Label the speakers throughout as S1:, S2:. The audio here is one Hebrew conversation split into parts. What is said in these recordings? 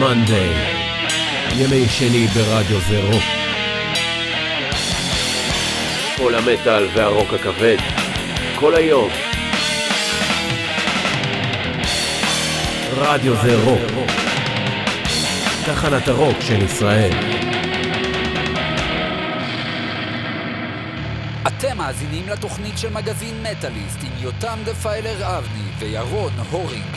S1: Monday, ימי שני ברדיו זרו. כל המטל והרוק הכבד, כל היום. רדיו זרו, תחנת הרוק של ישראל.
S2: אתם מאזינים לתוכנית של מגזין מטאליסט עם יותם דפיילר אבני וירון הורינג.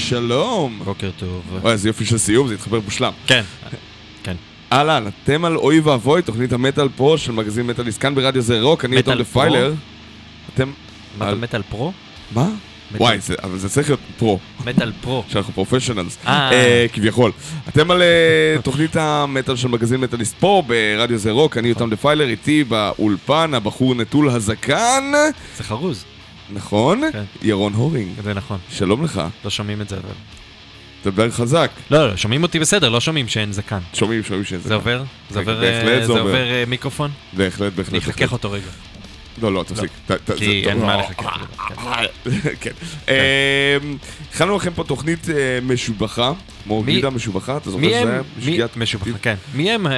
S3: שלום.
S4: בוקר טוב.
S3: וואי, איזה יופי של סיום, זה התחבר מושלם.
S4: כן, כן.
S3: אהלן, אתם על אוי ואבוי, תוכנית המטל פרו של מגזין מטאליסט, כאן ברדיו זה רוק, אני יותם דפיילר. אתם...
S4: מטל פרו?
S3: מה? וואי, אבל זה צריך להיות פרו.
S4: מטל פרו.
S3: שאנחנו פרופשיונלס, כביכול. אתם על תוכנית המטל של מגזין מטאליסט פה, ברדיו זה רוק, אני יותם דפיילר, איתי באולפן, הבחור נטול הזקן.
S4: זה חרוז.
S3: נכון? ירון הורינג.
S4: זה נכון.
S3: שלום לך.
S4: לא שומעים את זה, אבל...
S3: תדבר חזק.
S4: לא, שומעים אותי בסדר, לא שומעים שאין זקן.
S3: שומעים שאין זקן.
S4: זה עובר? זה עובר מיקרופון?
S3: בהחלט.
S4: אני אחכך אותו רגע.
S3: לא, תפסיק.
S4: כי אין מה לחכך.
S3: כן. הכנו לכם פה תוכנית משובחה, כמו גידה משובחה, אתה זוכר שזה היה?
S4: משובחה, כן. מי הם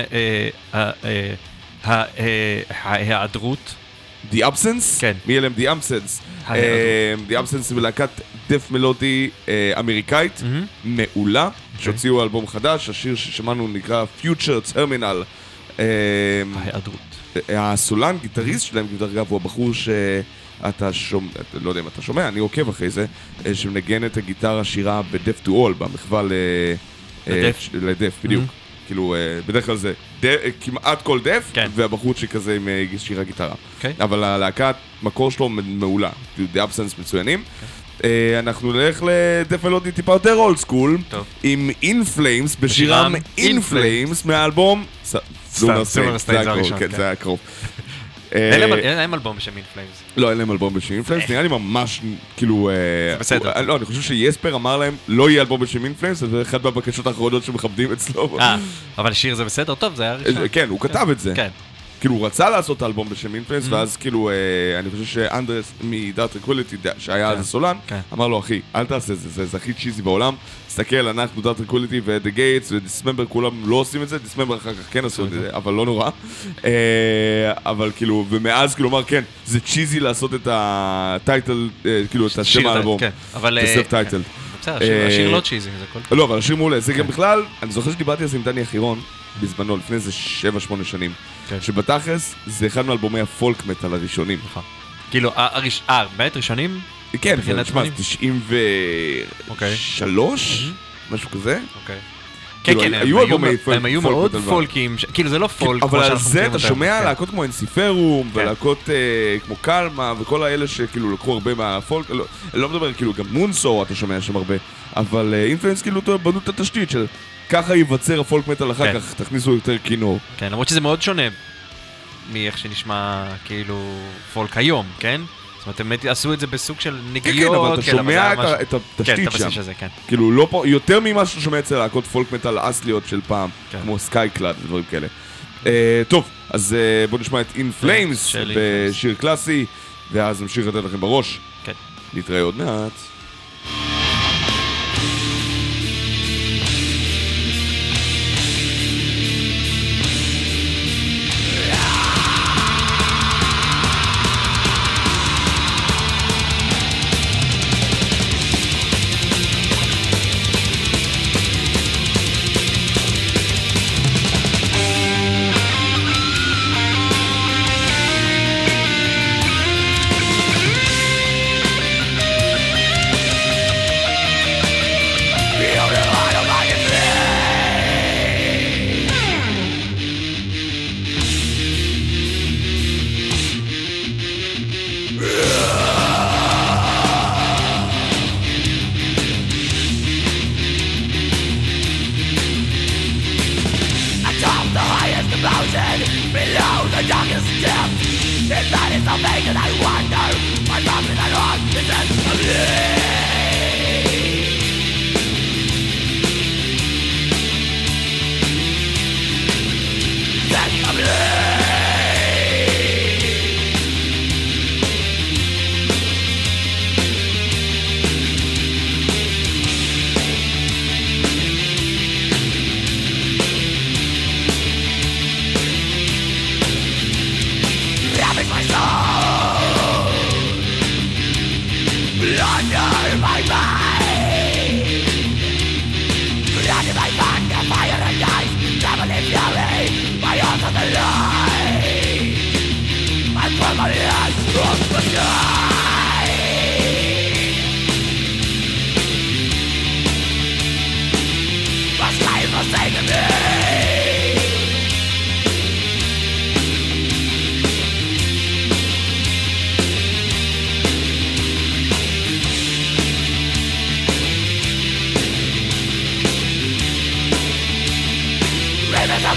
S4: ההיעדרות?
S3: The Absence?
S4: כן.
S3: מי אלה הם The Absence? The Absence זה להקת דף מלודי אמריקאית, מעולה, שהוציאו אלבום חדש, השיר ששמענו נקרא Future Terminal.
S4: ההיעדרות.
S3: הסולן, גיטריסט שלהם, דרך הוא הבחור שאתה שומע, לא יודע אם אתה שומע, אני עוקב אחרי זה, שמנגן את הגיטרה השירה ב-Deaf to All, במחווה לדף, בדיוק. כאילו, בדרך כלל זה כמעט כל דף, והבחור שכזה עם שירה גיטרה. אבל הלהקת מקור שלו מעולה, The Absence מצוינים. אנחנו נלך לדף מלודי טיפה יותר אולד סקול, עם In Flames, בשירם In Flames, מהאלבום Lunar Saint, כן, זה היה קרוב.
S4: אין להם אלבום בשם In Flames.
S3: לא, אין להם אלבום בשם In Flames, נראה לי ממש, כאילו...
S4: זה בסדר.
S3: לא, אני חושב שיספר אמר להם, לא יהיה אלבום בשם In Flames, זה אחד מהבקשות האחרונות שמכבדים אצלו.
S4: אבל השיר זה בסדר, טוב, זה היה ראשון.
S3: כן, הוא כתב את זה.
S4: כן.
S3: כאילו הוא רצה לעשות אלבום בשם אינפלנס, ואז כאילו, אני חושב שאנדרס מדארט טרנקוויליטי, שהיה אז הסולן, אמר לו, אחי, אל תעשה את זה, זה הכי צ'יזי בעולם, תסתכל, אנחנו דארט טרנקוויליטי ו-The Gates ו-Dismember, כולם לא עושים את זה, Dismember אחר כך כן עשו את זה, אבל לא נורא. אבל כאילו, ומאז כאילו אמר, כן, זה צ'יזי לעשות את הטייטל, כאילו, את השם האלבום.
S4: כן, אבל...
S3: בסרט טייטל.
S4: בסדר, השיר לא צ'יזי, זה הכל.
S3: לא, אבל השיר מעולה, זה גם בכלל, אני זוכר שדיברתי על זה עם דני אחירון, בזמנו, לפני איזה 7-8 שנים, שבתכלס זה אחד מאלבומי הפולק מטל הראשונים.
S4: כאילו, באמת ראשונים?
S3: כן, זה נשמע, 93? משהו כזה?
S4: כן, הם היו מאוד פולקים, כאילו זה לא פולק.
S3: אבל על זה אתה שומע להקות כמו אנסיפרום, ולהקות כמו קלמה, וכל האלה שכאילו לקחו הרבה מהפולק, אני לא מדבר, כאילו גם מונסור אתה שומע שם הרבה, אבל אינפלנס כאילו בנו את התשתית של ככה ייווצר הפולק מטל אחר כך, תכניסו יותר כינור.
S4: כן, למרות שזה מאוד שונה מאיך שנשמע כאילו פולק היום, כן? זאת אומרת, הם עשו את זה בסוג של נגיעות.
S3: כן, אבל אתה שומע את התשתית שם. כאילו, לא פה, יותר ממה שאתה שומע אצל להקות פולק מטל אסליות של פעם, כמו סקייקלאד ודברים כאלה. טוב, אז בואו נשמע את In Flames בשיר קלאסי, ואז נמשיך לתת לכם בראש.
S4: כן.
S3: נתראה עוד מעט.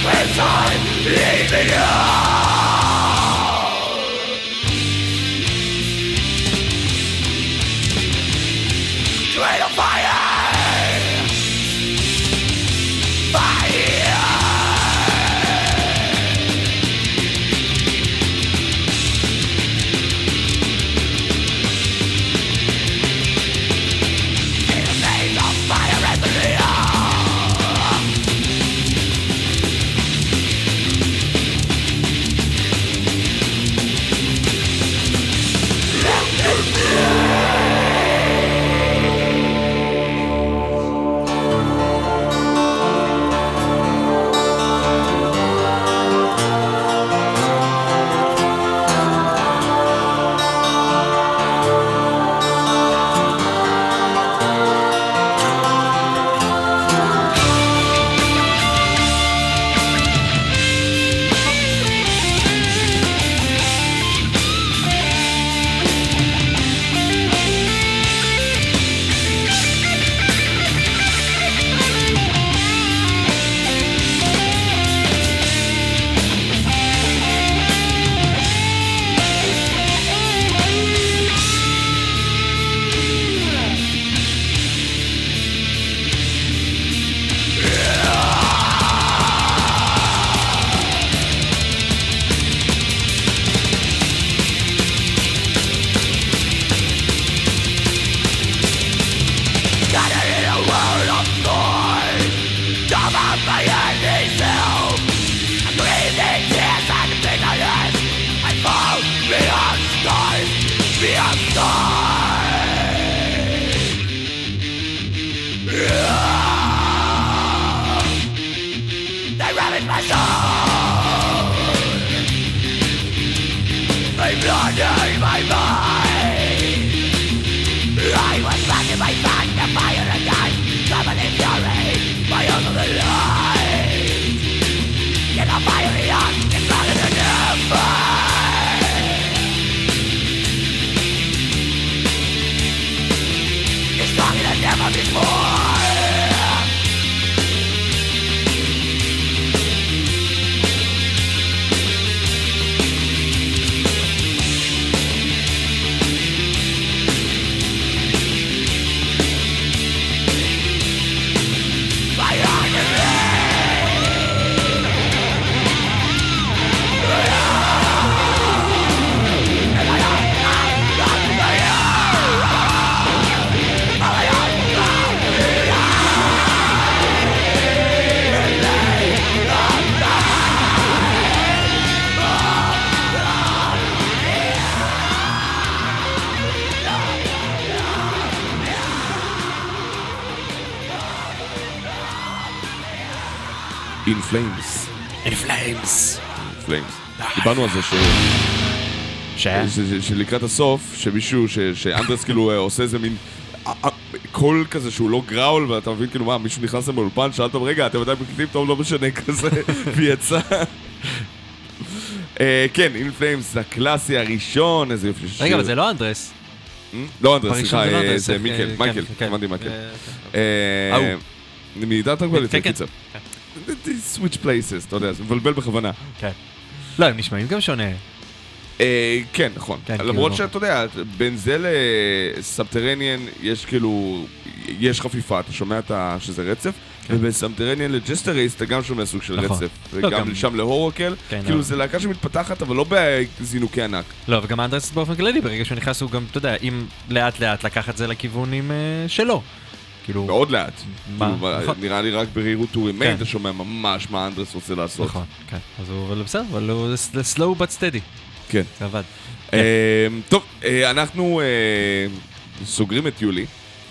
S3: In Flames.
S4: In Flames.
S3: Flames. דיברנו על זה שלקראת הסוף, שמישהו, שאנדרס כאילו עושה איזה מין קול כזה שהוא לא גראול, ואתה מבין כאילו מה, מישהו נכנס להם באולפן, שאלת רגע, אתם עדיין מקליטים טוב, לא משנה כזה, ויצא. כן, In Flames זה הקלאסי הראשון, איזה יופי שיר.
S4: רגע, אבל זה לא אנדרס.
S3: לא אנדרס, סליחה, זה מייקל, הבנתי מייקל. מעידת הגבלת, קיצר. switch places, אתה יודע, זה מבלבל בכוונה.
S4: כן. לא, הם נשמעים גם שונה.
S3: כן, נכון. למרות שאתה יודע, בין זה לסאבטרניאן יש כאילו, יש חפיפה, אתה שומע שזה רצף, ובסאבטרניאן לג'סטרייס אתה גם שומע סוג של רצף, וגם לשם להורוקל, כאילו זה להקה שמתפתחת, אבל לא בזינוקי ענק.
S4: לא, וגם אנדרס באופן כללי, ברגע שהוא נכנס הוא גם, אתה יודע, אם לאט לאט לקח את זה לכיוונים שלו.
S3: מאוד לאט. נראה לי רק ברירות טורים מיין, אתה שומע ממש מה אנדרס רוצה לעשות.
S4: נכון, כן. אז הוא בסדר, אבל הוא slow but steady.
S3: כן.
S4: זה עבד.
S3: טוב, אנחנו סוגרים את יולי.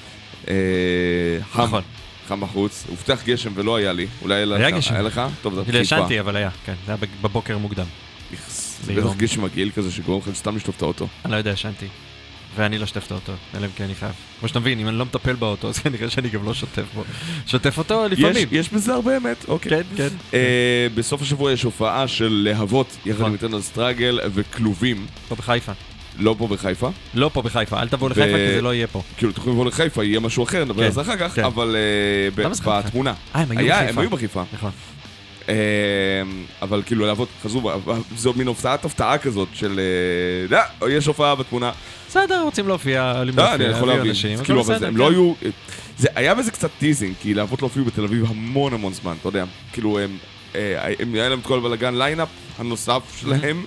S4: נכון.
S3: חם בחוץ. הובטח גשם ולא היה לי. אולי היה לך? היה לך? טוב, זה חיפה.
S4: ישנתי, אבל היה, כן. זה היה בבוקר מוקדם.
S3: זה בטח גשם מגעיל כזה שגורם לכם סתם לשטוף את האוטו.
S4: אני לא יודע, ישנתי. ואני לא שוטף את האוטו, אלא אם כן אני חייב. כמו שאתה מבין, אם אני לא מטפל באוטו, אז כנראה שאני גם לא שוטף בו. שוטף אותו לפעמים.
S3: יש בזה הרבה אמת, אוקיי.
S4: כן, כן.
S3: בסוף השבוע יש הופעה של להבות, יחד עם איתרנל סטראגל וכלובים.
S4: פה בחיפה.
S3: לא פה בחיפה.
S4: לא פה בחיפה, אל תבוא לחיפה כי זה לא יהיה פה.
S3: כאילו, תוכלו לבוא לחיפה, יהיה משהו אחר, נדבר על זה אחר כך, אבל בתמונה.
S4: הם היו בחיפה.
S3: הם היו בחיפה.
S4: נכון.
S3: אבל כאילו להבות חזרו, זו מין הפתעה כזאת של... יש הופעה בתמונה.
S4: בסדר, רוצים להופיע,
S3: אני יכול להבין. כאילו, אבל הם לא היו... היה בזה קצת טיזינג, כי להבות לא הופיעו בתל אביב המון זמן, אתה יודע. כאילו, היה להם את כל הבלגן ליינאפ הנוסף שלהם.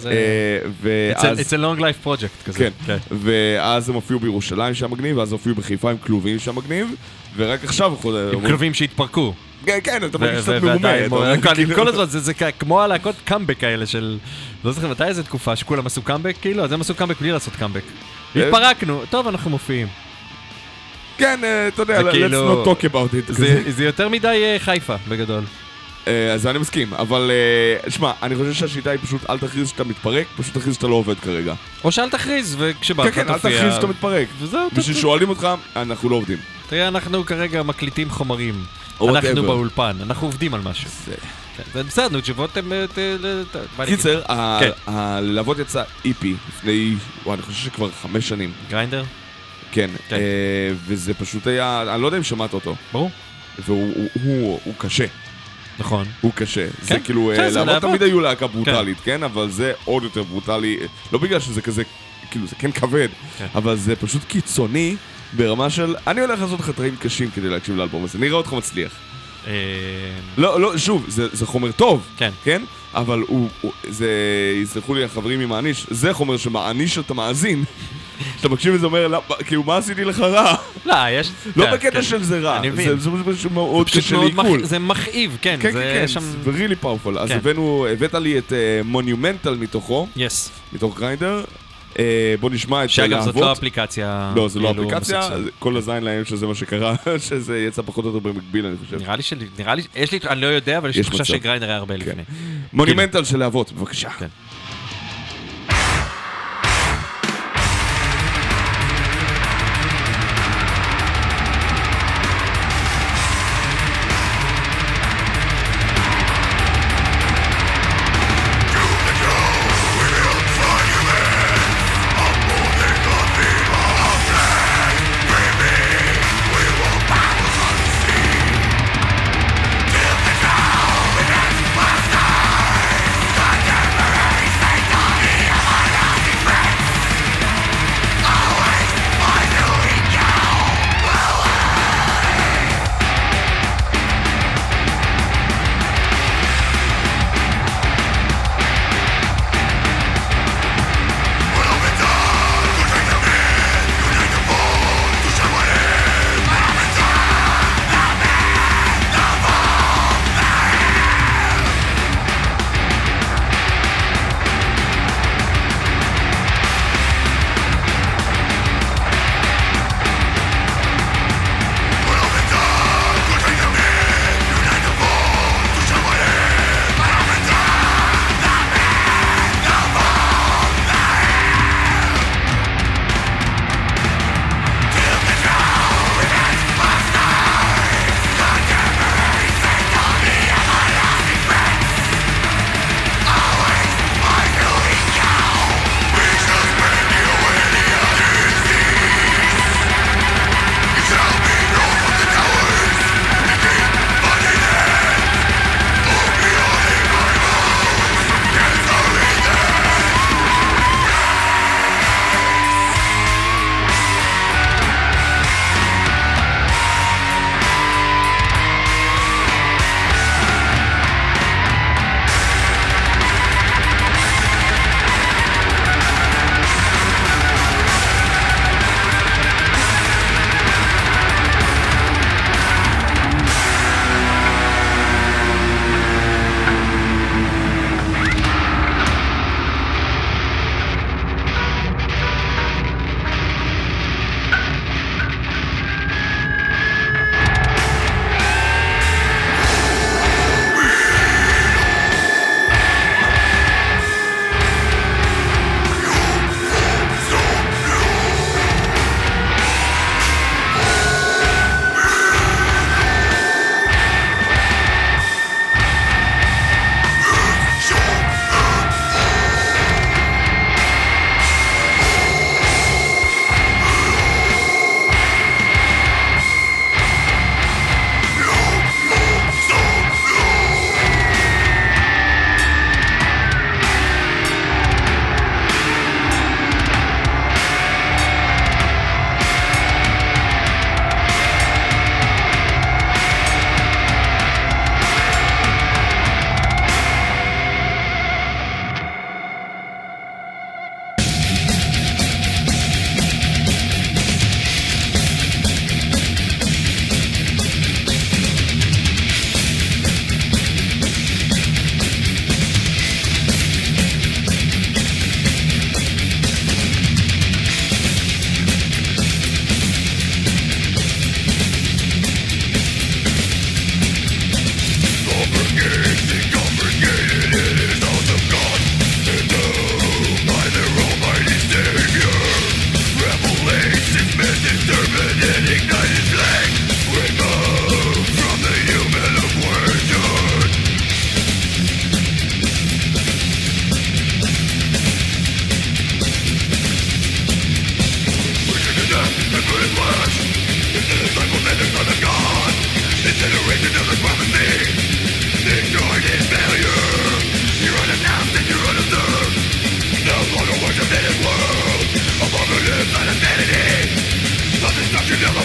S4: It's a long life project כזה.
S3: כן, ואז הם הופיעו בירושלים שהיה מגניב, ואז הופיעו בחיפה עם כלובים שהיה מגניב, ורק עכשיו...
S4: עם כלובים שהתפרקו.
S3: כן, אתה מרגיש קצת מרומה.
S4: כל הזמן, זה כמו הלהקות קאמבק האלה של... לא זוכר, מתי איזה תקופה שכולם עשו קאמבק? כאילו, אז הם עשו קאמבק בלי לעשות קאמבק. התפרקנו, טוב, אנחנו מופיעים.
S3: כן, אתה יודע, let's not talk about it.
S4: זה יותר מדי חיפה, בגדול.
S3: אז אני מסכים, אבל שמע, אני חושב שהשיטה היא פשוט אל תכריז שאתה מתפרק, פשוט תכריז שאתה לא עובד כרגע.
S4: או שאל תכריז, וכשבא לך
S3: תופיע. כן, אל תכריז שאתה מתפרק. וששואלים אותך, אנחנו לא עובדים.
S4: תראה, אנחנו כרגע מקליטים חומרים. אנחנו באולפן, אנחנו עובדים על משהו. זה בסדר, נו, תשובות הם...
S3: קיצר, הלהבות יצא EP לפני, אני חושב שכבר 5 שנים.
S4: גריינדר?
S3: כן, וזה פשוט היה, אני לא יודע אם שמעת אותו.
S4: ברור.
S3: והוא קשה.
S4: נכון.
S3: הוא קשה. זה כאילו, להבות תמיד היו להקה ברוטלית, כן? אבל זה עוד יותר ברוטלי. לא בגלל שזה כזה, כאילו, זה כן כבד, אבל זה פשוט קיצוני ברמה של, אני הולך לעשות לך טרעים קשים כדי להקשיב לאלבום הזה. נראה אותך מצליח. לא, שוב, זה חומר טוב, כן? אבל זה, יסלחו לי החברים ממעניש, זה חומר שמעניש את המאזין. אתה מקשיב וזה אומר, כאילו, מה עשיתי לך רע?
S4: לא, יש...
S3: לא בקטע של זה רע, זה משהו מאוד קשה לעיכול.
S4: זה מכאיב, כן.
S3: כן, זה really powerful. אז הבאת לי את מונומנטל מתוכו, מתוך גריינדר. בוא נשמע את
S4: שאגב, זאת לא אפליקציה.
S3: לא, זה לא אפליקציה, כל הזין להם שזה מה שקרה, שזה יצא פחות או יותר במקביל, אני חושב.
S4: נראה לי, אני לא יודע, אבל יש לי תחושה שגריינדר היה הרבה לפני.
S3: מונומנטל של להבות, בבקשה.
S5: Goddamn right.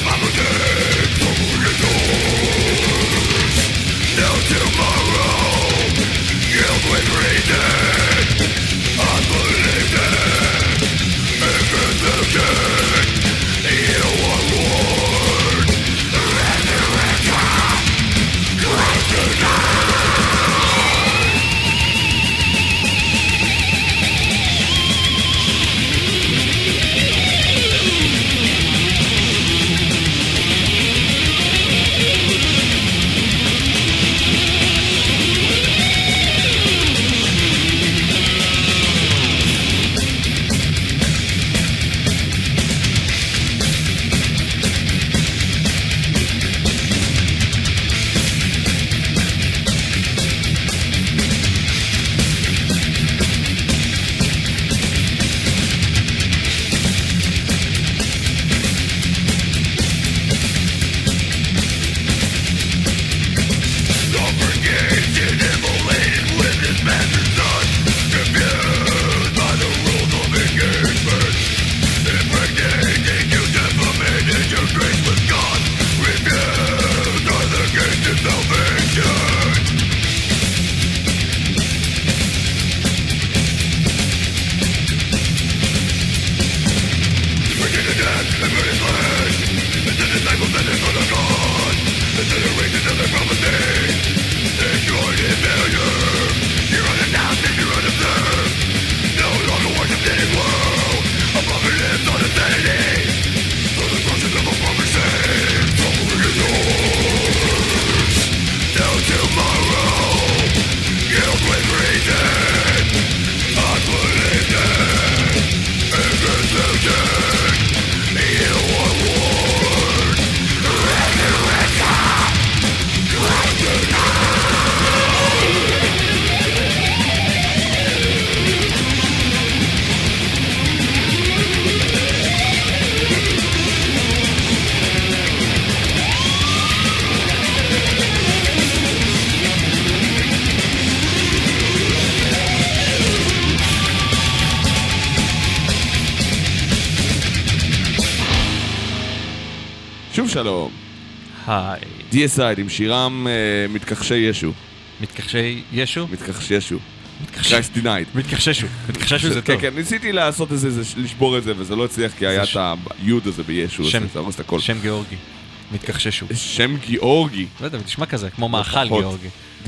S3: שוב שלום.
S4: היי.
S3: DSide עם שירם מתכחשי ישו.
S4: מתכחשי ישו?
S3: מתכחשי ישו. Christ denied.
S4: מתכחשו. מתכחשו זה טוב.
S3: כן, ניסיתי לעשות את זה, לשבור את זה, וזה לא הצליח, כי היה את היוד הזה בישו, זה הרוס את הכל.
S4: שם גיאורגי. מתכחשו.
S3: שם גיאורגי.
S4: לא יודע, תשמע כזה, כמו מאכל גיאורגי.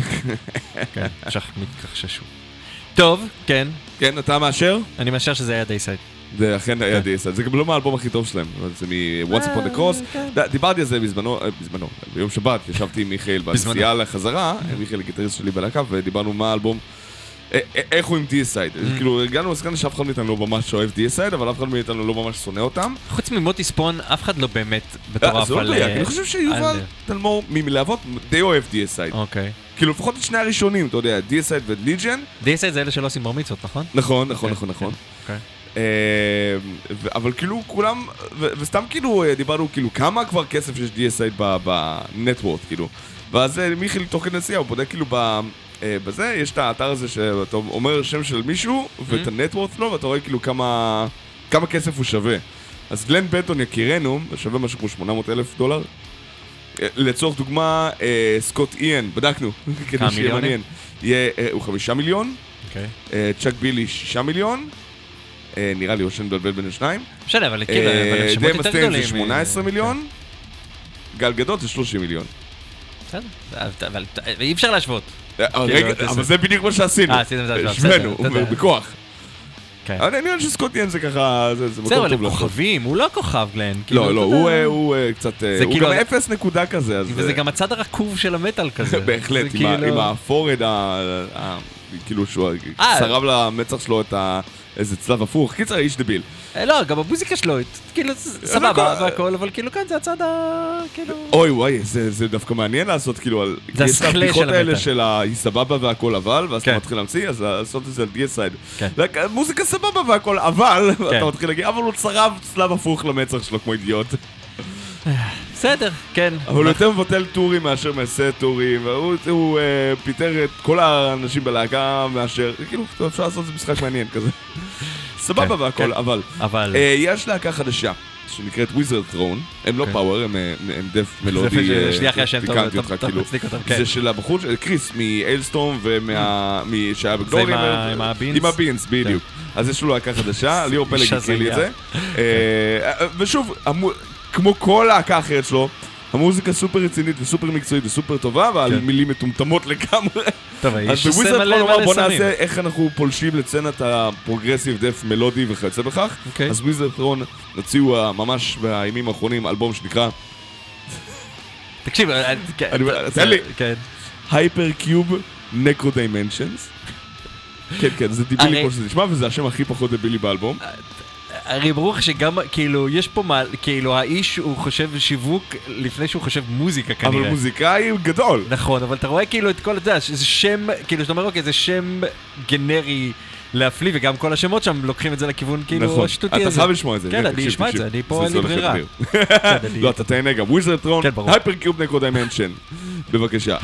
S4: כן, שח מתכחשו. טוב, כן.
S3: כן, אתה מאשר?
S4: אני מאשר שזה היה דייסייד.
S3: זה אכן היה DSide, זה גם לא מהאלבום הכי טוב שלהם, זה מ-Once Upon the Cross. דיברתי על זה בזמנו, ביום שבת, ישבתי עם מיכאל בנסיעה לחזרה, מיכאל הגיטריסט שלי בלהקה, ודיברנו מה האלבום, איך הוא עם DSide. כאילו, הגענו לסכנה שאף אחד מאיתנו לא ממש אוהב DSide, אבל אף אחד מאיתנו לא ממש שונא אותם.
S4: חוץ ממוטי ספון, אף אחד לא באמת מטורף על...
S3: אני חושב שיובל תלמור מלהבות די אוהב DSide.
S4: אוקיי.
S3: כאילו, לפחות את שני הראשונים, אתה יודע, DSide וליג'ן.
S4: DSide זה אלה שלא עושים בר מצוות, נכון?
S3: נכון. אבל כאילו כולם, וסתם כאילו דיברנו כאילו כמה כבר כסף יש DSide בנטוורט כאילו, ואז מיכאל תוך כדי נסיעה הוא בודק כאילו בזה, יש את האתר הזה שאתה אומר שם של מישהו ואת הנטוורט לו ואתה רואה כאילו כמה כסף הוא שווה. אז גלן בנטון יקירנו שווה משהו כמו $800,000. לצורך דוגמה סקוט איין, בדקנו כדי שיהיה מעניין, הוא 5 מיליון, צ'אק בילי 6 מיליון, נראה לי או שנבלבל בין השניים.
S4: משנה, אבל כאילו, הם שמות יותר גדולים.
S3: זה 18 מיליון, גל גדות זה 30 מיליון.
S4: בסדר, אבל אי אפשר להשוות.
S3: רגע, אבל זה בדיוק מה שעשינו.
S4: עשיתם את זה,
S3: השווינו, בכוח. אבל אני חושב שסקוט איין זה ככה, זה מקום טוב.
S4: זהו, אבל הם כוכבים, הוא לא כוכב גלן.
S3: לא, הוא קצת, הוא גם 0 נקודה כזה.
S4: וזה גם הצד הרקוב של המטל כזה.
S3: בהחלט, עם הפורד, כאילו שהוא שרב למצח שלו את איזה צלב הפוך, קיצר איש דביל.
S4: לא, גם המוזיקה שלו, כאילו סבבה והכל, אבל כאילו כאן זה הצד כאילו...
S3: אוי, זה דווקא מעניין לעשות כאילו על...
S4: זה השכלה של המטל.
S3: הבדיחות האלה של היא סבבה והכל אבל, ואז אתה מתחיל להמציא, אז לעשות את זה על DSide. מוזיקה סבבה והכל אבל, אתה מתחיל להגיד, אבל הוא צרב צלב הפוך למצח שלו כמו אידיוט.
S4: בסדר, כן.
S3: אבל הוא יותר מבטל טורים מאשר מעשה טורים, והוא פיטר את כל האנשים בלהקה מאשר, כאילו, אפשר לעשות את זה משחק מעניין כזה. סבבה והכל, אבל יש להקה חדשה שנקראת Wizard Throne, הם לא פאוור, הם דף מלודי,
S4: שנייה אחרי השם טוב,
S3: תיקנתי אותך כאילו, זה של הבחור, קריס מאיילסטורם שהיה בגלורי, עם הבינס, בדיוק. אז יש לו להקה חדשה, ליאור פלג יקריא לי את זה. ושוב, כמו כל להקה אחרת שלו, המוזיקה סופר רצינית וסופר מקצועית וסופר טובה, אבל מילים מטומטמות לגמרי.
S4: טוב,
S3: אז בוויזרד טרון אמר בוא נעשה איך אנחנו פולשים לצנת הפרוגרסיב דף מלודי וכיוצא בכך. אז בוויזרד טרון נציעו ממש בימים האחרונים אלבום שנקרא
S4: תקשיב,
S3: תן לי הייפר קיוב נקרו דיימנשנס. כן, כן, זה דיבילי כמו שזה נשמע, וזה השם הכי פחות דיבילי באלבום.
S4: הרי ברוך שגם, כאילו, יש פה כאילו, האיש הוא חושב שיווק לפני שהוא חושב מוזיקה כנראה.
S3: אבל מוזיקאי הוא גדול.
S4: נכון, אבל אתה רואה כאילו את כל זה, זה שם, כאילו, שאתה אומר, אוקיי, זה שם גנרי להפליא, וגם כל השמות שם לוקחים את זה לכיוון, כאילו, השטותי הזה.
S3: אתה חייב לשמוע את זה.
S4: כן, אני אשמע את זה, אני פה אין לי ברירה.
S3: לא, אתה תהנה גם. וויזרד טרון, הייפר קיוב נקרו דיימנשן. בבקשה.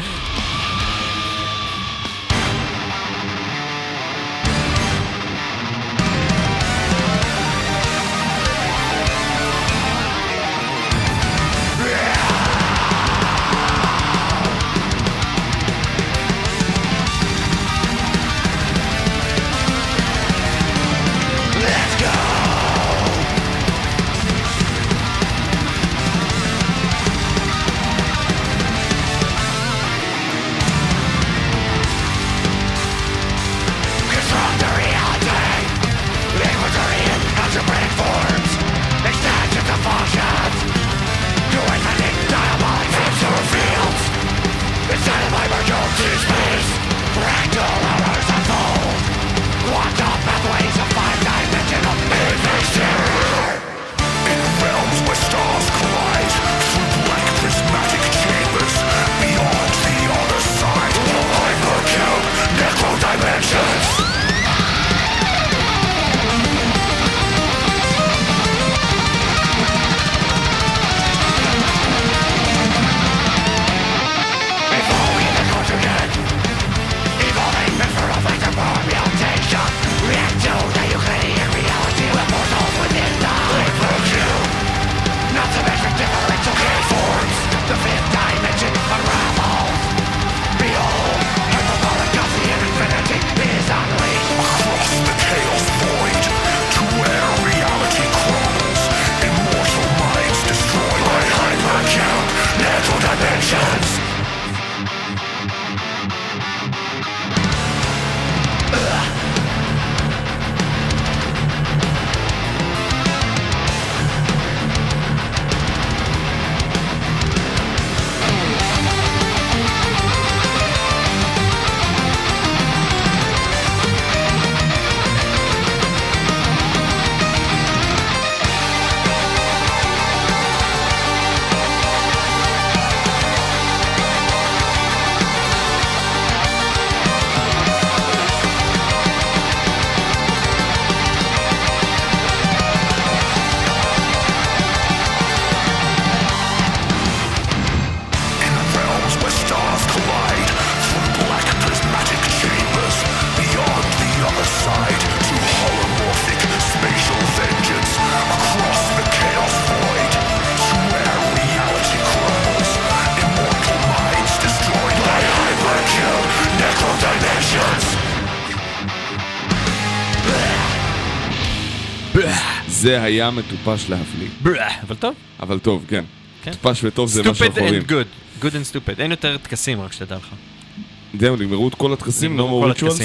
S3: זה היה מטופש להפליא.
S4: אבל טוב.
S3: אבל טוב, כן. מטופש וטוב זה מה שאנחנו רואים.
S4: Stupid and good. Good and stupid. אין יותר תקסים, רק שתדע לך.
S3: זהו, נגמרו את כל התקסים, no more rituals?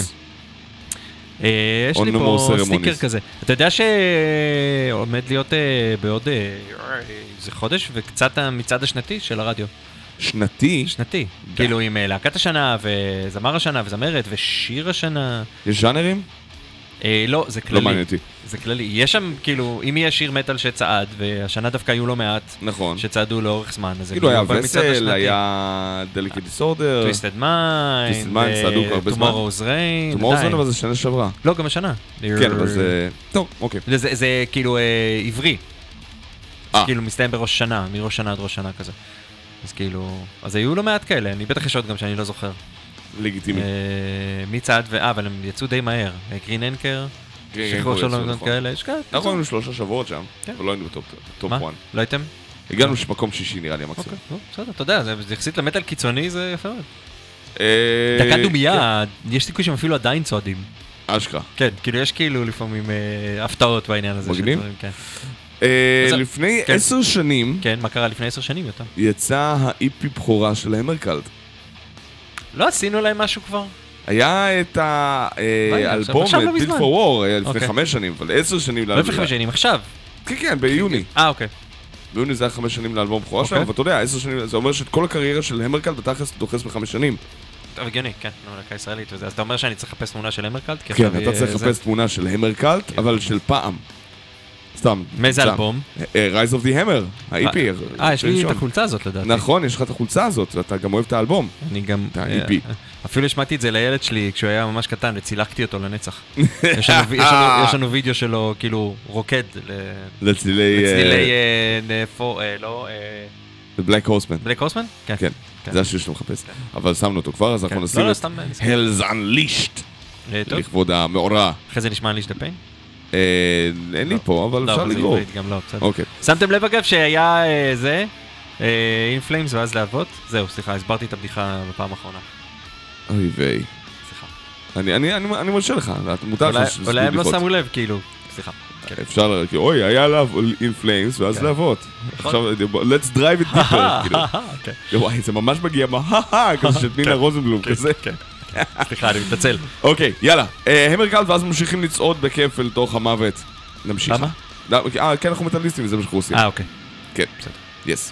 S4: יש לי פה סטיקר כזה. אתה יודע שעומד להיות בעוד איזה חודש, וקצת המצעד השנתי של הרדיו.
S3: שנתי?
S4: שנתי. כאילו עם להקת השנה, וזמר השנה, וזמרת, ושיר השנה.
S3: יש ז'אנרים?
S4: לא, זה כללי.
S3: לא מעניין אותי.
S4: זה כללי. יש שם, כאילו, אם יהיה שיר מטל שצעד, והשנה דווקא היו לא מעט,
S3: נכון.
S4: שצעדו לאורך זמן, אז
S3: כאילו היה וסל, היה דליקט דיסורדר,
S4: טוויסטד מיינד,
S3: צעדו כבר הרבה זמן.
S4: טומורוז ריין,
S3: טומורוז ריין, אבל זה שנה שעברה.
S4: לא, גם השנה.
S3: כן, אבל זה... טוב, אוקיי.
S4: זה כאילו עברי. כאילו מסתיים בראש שנה, מראש שנה עד ראש שנה כזה. אז כאילו... אז היו לא מעט כאלה, אני בטח יש עוד גם שאני לא זוכר.
S3: לגיטימי.
S4: מי צעד אבל הם יצאו די מהר. גרין אנקר.
S3: שחרור
S4: של לונדון כאלה, יש כאלה.
S3: אנחנו היינו 3 שבועות שם, אבל לא היינו בטופ 1.
S4: לא הייתם?
S3: הגענו מקום 6 נראה לי המקסימום.
S4: בסדר, אתה יודע, זה יחסית למטל קיצוני, זה יפה מאוד. דקה דומייה, יש סיכוי שהם אפילו עדיין צועדים.
S3: אשכרה.
S4: כן, כאילו יש כאילו לפעמים הפתעות בעניין הזה.
S3: מגניב? לפני 10 שנים...
S4: כן, מה קרה לפני 10 שנים יותר?
S3: יצא האיפי בכורה של המרקלד.
S4: לא עשינו להם משהו כבר?
S3: היה את האלבום, את Build for War, היה לפני 5 שנים, אבל 10 שנים...
S4: לא לפני 5 שנים, עכשיו.
S3: כן, ביוני.
S4: אוקיי.
S3: ביוני זה היה 5 שנים לאלבום בכורה שלהם, אבל אתה יודע, 10 שנים, זה אומר שאת כל הקריירה של המרקלד בתכלס דוחס ב5 שנים.
S4: טוב, הגיוני, כן, להקה ישראלית וזה. אז אתה אומר שאני צריך לחפש תמונה של המרקלט?
S3: כן, אתה צריך לחפש תמונה של המרקלט, אבל של פעם. סתם.
S4: מאיזה אלבום?
S3: Rise of the Hammer, ה-EP.
S4: יש לי את החולצה הזאת לדעתי.
S3: נכון, יש לך את החולצה הזאת, ואתה גם אוהב את האלבום.
S4: אני גם...
S3: את ה-EP.
S4: אפילו השמעתי את זה לילד שלי כשהוא היה ממש קטן וצילקתי אותו לנצח. יש לנו וידאו שלו כאילו רוקד
S3: לצלילי...
S4: לא...
S3: Black Horseman.
S4: בלק הורסמן?
S3: כן. זה השיר שאתה מחפש. אבל שמנו אותו כבר, אז אנחנו נשים את Hell's Unleashed לכבוד המאורע.
S4: אחרי זה נשמע Unleashed the Pain?
S3: אין לי פה, אבל אפשר לגרור.
S4: גם לא, בסדר. שמתם לב אגב שהיה זה, In Flames ואז להבות? זהו, סליחה, הסברתי את הבדיחה בפעם האחרונה.
S3: אוי ויי.
S4: סליחה.
S3: אני מרשה לך, מותר לך שסביר
S4: אולי הם לא
S3: בדיחות.
S4: שמו לב, כאילו, סליחה.
S3: אפשר להגיד, אוי, היה עליו In Flames ואז להבות. עכשיו, let's drive it deeper, כאילו. וואי, זה ממש מגיע כזה של פנינה רוזנבלום, כזה.
S4: סליחה, אני מתנצל.
S3: אוקיי, יאללה. המרקלד, ואז ממשיכים לצעוד בכיף אל תוך המוות. נמשיך.
S4: למה?
S3: כן, אנחנו מטליסטים, זה מה שאנחנו עושים.
S4: אוקיי.
S3: כן, בסדר. יס.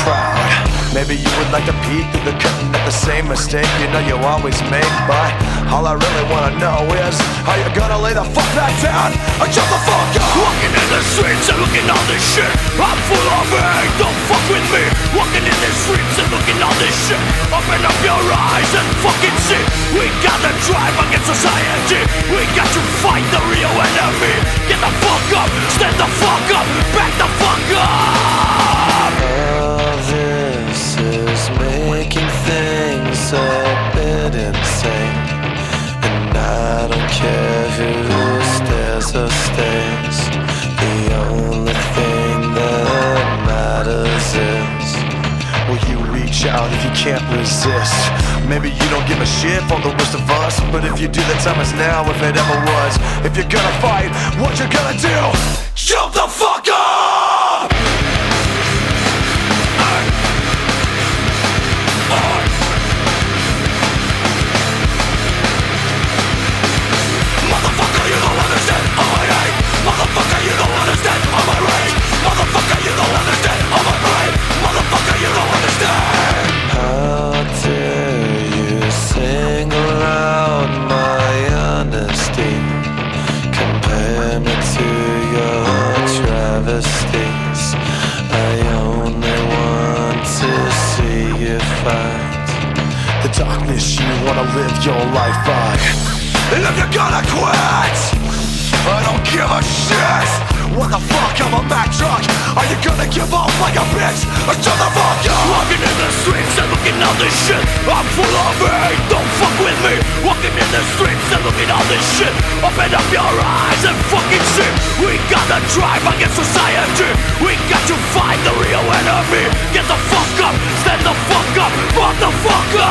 S5: crowd. Maybe you would like to peek through the curtain at the same mistake you know you always make. But all I really wanna know is how you gonna lay the fuck back down or jump the fuck up.
S6: Walking in the streets and looking all this shit. I'm full of hate, don't fuck with me. Walking in the streets and looking all this shit. Open up your eyes and fucking see. We got the drive against society. We got to fight the real enemy. Get the fuck up, stand the fuck up, back the fuck up.
S5: All this is making things a bit insane, and I don't care who stares or stays. The only thing that matters is, will you reach out if you can't resist? Maybe you don't give a shit for the rest of us, but if you do, the time is now if it ever was. If you're gonna fight, what you gonna do? Jump the fuck up! Motherfucker, you don't understand how I hate. Motherfucker, you don't understand how I rage. Motherfucker, you don't understand how I brave. Motherfucker, you don't understand. How dare you single out my honesty, compare me to your travesties. I only want to see you fight the darkness you wanna live your life by. And if you're gonna quit, I don't give a shit. What the fuck, I'm a Mack truck. Are you gonna give up like a bitch or shut the fuck up?
S6: Walking in the streets and looking all this shit. I'm full of hate, don't fuck with me. Walking in the streets and looking all this shit. Open up your eyes and fucking see. We got the drive against society. We got to fight the real enemy. Get the fuck up, stand the fuck up, motherfucker.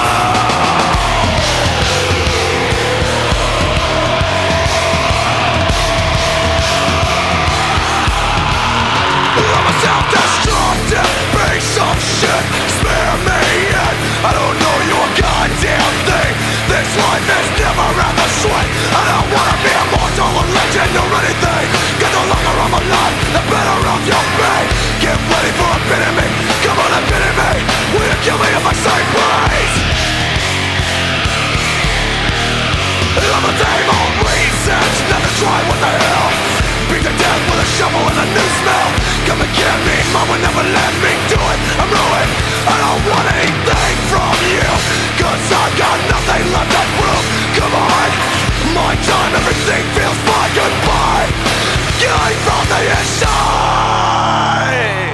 S5: I'm a self-destructive piece of shit. Spare me in, I don't know your goddamn thing. This life is never ever sweet. I don't wanna be immortal or legend or anything. Get no longer I'm alive, the better off you'll be. Get ready for a bit of me, come on a bit of me. Will you kill me if I say please? I'm a dame on reasons, never try what the hell. Beat to death with a shovel and a new smell. Come and get me, mom will never let me do it. I'm ruined, I don't want anything from you, cause I've got nothing left to prove. Come on, my time, everything feels my goodbye. Killing from the inside.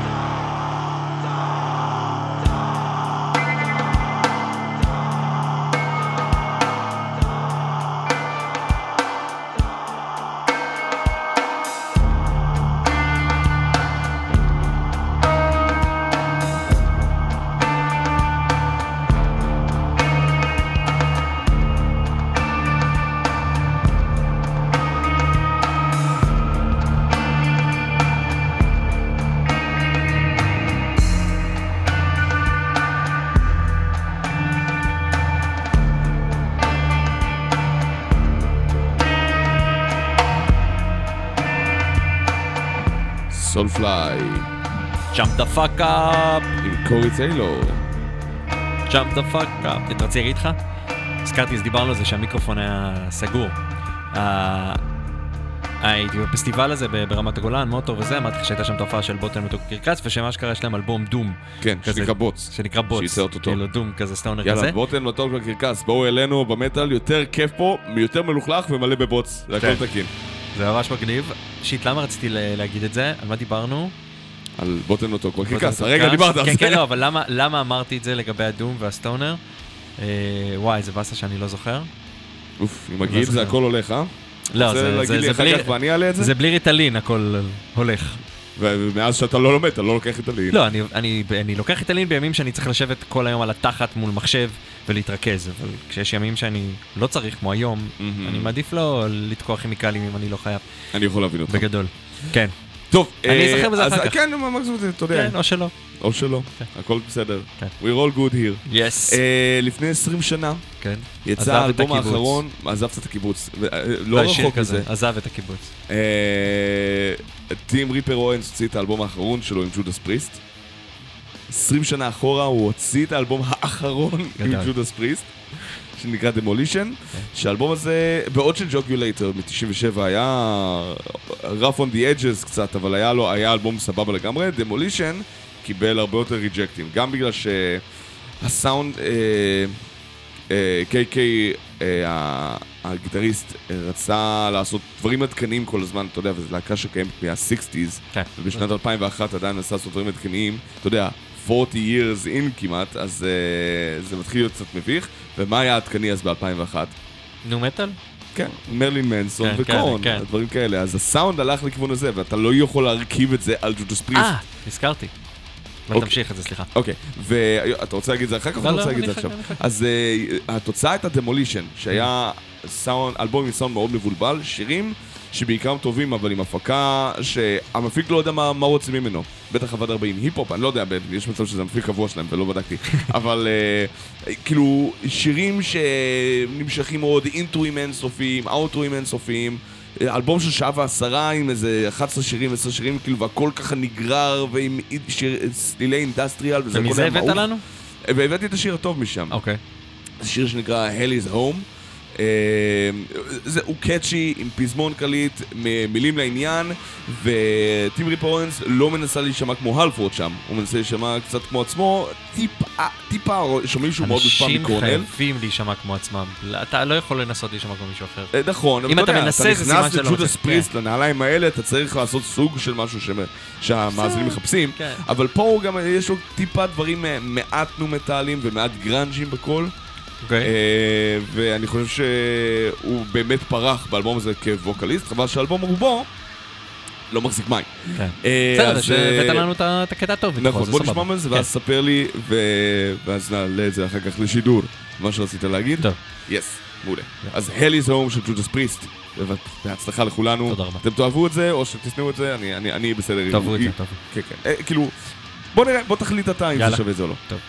S3: סולפליי
S4: Jump the fuck up!
S3: עם קורי טיילור.
S4: Jump the fuck up. אתה רוצה להגיד לך? הזכרתי, אז דיברנו על זה שהמיקרופון היה סגור. הייתי בפסטיבל הזה ברמת הגולן, מוטור וזה, אמרתי לך שהייתה שם תופעה של בוטן מתוק קרקס, ושמה שקרה יש להם אלבום דום.
S3: כן, שנקרא בוץ.
S4: שנקרא בוץ.
S3: שיצרת אותו.
S4: כאילו דום כזה, סטונר כזה.
S3: יאללה, בוטן מתוק קרקס, בואו אלינו במטל, יותר כיף פה, יותר מלוכלך ומלא בבוץ. זה הכל תקין.
S4: זה ממש מגניב. שיט, למה רציתי להגיד את זה? על מה דיברנו?
S3: על בוטן מתוק קרקס. הרגע דיברת על זה.
S4: כן, כן, לא, אבל למה אמרתי את זה לגבי הדום והסטונר? וואי, זה בסה שאני לא זוכר.
S3: אוף, עם הגיל זה הכל הולך, אה?
S4: לא, זה בלי ריטלין, הכל הולך.
S3: ומאז שאתה לא לומד, אתה לא לוקח ריטלין.
S4: לא, אני לוקח ריטלין בימים שאני צריך לשבת כל היום על התחת מול מחשב ולהתרכז, אבל כשיש ימים שאני לא צריך, כמו היום, אני מעדיף לא לתקוע כימיקלים אם אני לא חייב.
S3: אני יכול להבין אותך.
S4: בגדול, כן.
S3: טוב,
S4: אני אזכר בזה אחר כך.
S3: כן, אתה יודע.
S4: כן, או שלא.
S3: או שלא, הכל בסדר. We're all good here.
S4: Yes.
S3: לפני 20 שנה,
S4: כן.
S3: יצא האלבום האחרון, עזבת את הקיבוץ. לא רחוק מזה.
S4: עזב את הקיבוץ.
S3: טים ריפר אוהנס הוציא את האלבום האחרון שלו עם ג'ודס פריסט. 20 שנה אחורה הוא הוציא את האלבום האחרון עם ג'ודס פריסט, שנקרא Demolition, שהאלבום הזה, בעוד של Jogulator מ-97 היה rough on the edges קצת, אבל היה אלבום סבבה לגמרי. Demolition קיבל הרבה יותר ריג'קטים, גם בגלל שהסאונד, KK, הגיטריסט, רצה לעשות דברים עדכניים כל הזמן, אתה יודע, וזו להקה שקיימת מה-60s, ובשנת 2001 עדיין נסה לעשות דברים עדכניים, אתה יודע, 40 years in כמעט, אז זה מתחיל להיות קצת מביך. ומה היה העדכני אז ב-2001?
S4: נו מטל?
S3: כן, מרלין מנסון וקורן, דברים כאלה. אז הסאונד הלך לכיוון הזה, ואתה לא יכול להרכיב את זה על ג'ודס פריסט.
S4: הזכרתי. אבל תמשיך את זה, סליחה.
S3: אוקיי, ואתה רוצה להגיד את זה אחר כך או אתה רוצה להגיד את זה עכשיו? אז התוצאה הייתה Demolition, שהיה אלבום עם סאונד מאוד מבולבל, שירים שבעיקר טובים, אבל עם הפקה שהמפיק לא יודע מה רוצים ממנו. בטח עבד הרבה עם היפ-הופ, אני לא יודע, יש מצב שזה המפיק קבוע שלהם ולא בדקתי. אבל כאילו שירים שנמשכים מאוד, אינטרואים אינסופיים, אאוטרואים אינסופיים, אלבום של שעה ועשרה עם איזה 11 שירים, 10 שירים, כאילו, והכל ככה נגרר ועם סלילי אינדסטריאל.
S4: ומזה הבאת לנו?
S3: והבאתי את השיר הטוב משם.
S4: אוקיי.
S3: זה שיר שנקרא Hell is Home. הוא קאצ'י עם פזמון קליט, מילים לעניין, וטים ריפ אורנס לא מנסה להישמע כמו הלפורד שם, הוא מנסה להישמע קצת כמו עצמו, טיפה, שומעים שהוא מאוד מושפע מקורנל.
S4: אנשים חייבים להישמע כמו עצמם, אתה לא יכול לנסות להישמע כמו מישהו אחר.
S3: נכון,
S4: אם אתה מנסה זה סימן שלא.
S3: נכנס לג'ודס פריסט, לנעליים האלה, אתה צריך לעשות סוג של משהו שהמאזינים מחפשים, אבל פה הוא גם, יש לו טיפה דברים מעט נו-מטאליים ומעט גרנג'ים בכל. ואני חושב שהוא באמת פרח באלבום הזה כווקליסט, חבל שהאלבום רובו לא מחזיק מים.
S4: בסדר, שהבאת לנו את הקטע הטוב.
S3: נכון, בוא נשמע מזה ואז ספר לי ואז נעלה את זה אחר כך לשידור, מה שרצית להגיד. טוב. יס, מעולה. אז Hell is Home של ג'ודס פריסט, בהצלחה לכולנו.
S4: תודה רבה.
S3: אתם תאהבו את זה או שתשנאו את זה, אני בסדר.
S4: תאהבו את זה, תאהבו.
S3: כן, כן. כאילו, בוא נראה, בוא תחליט אתה אם זה שווה זה או לא.
S4: טוב.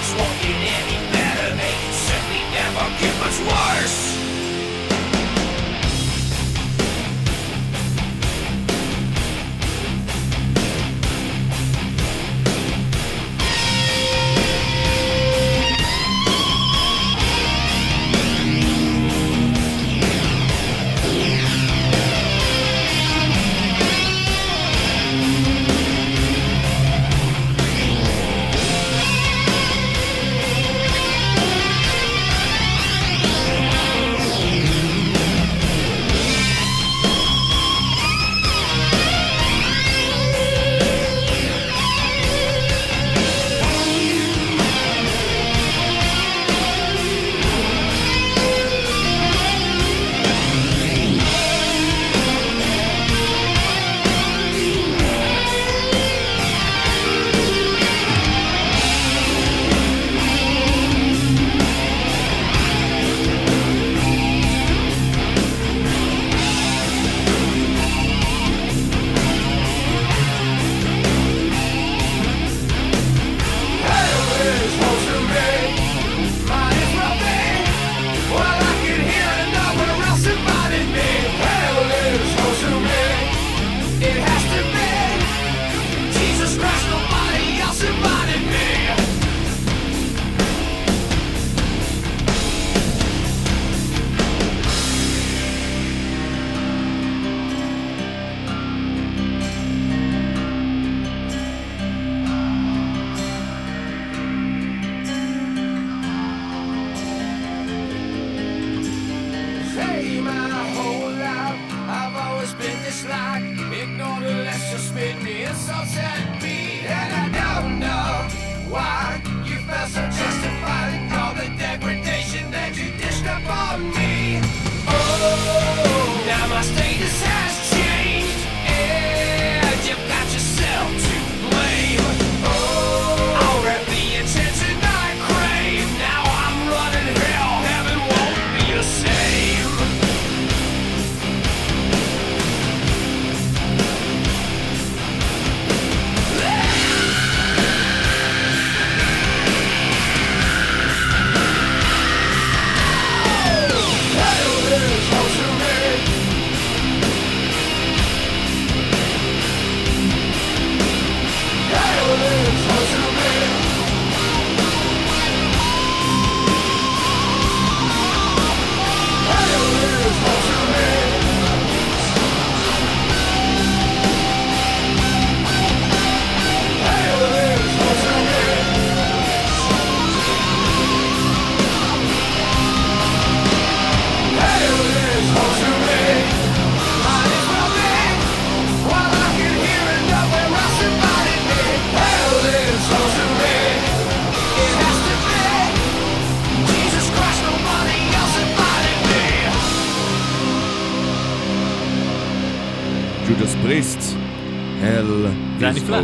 S6: things won't get any better. They can certainly never get much worse.
S3: ג'ודס פריסט, Hell
S4: זה היה
S3: is
S4: נפלא.
S3: low.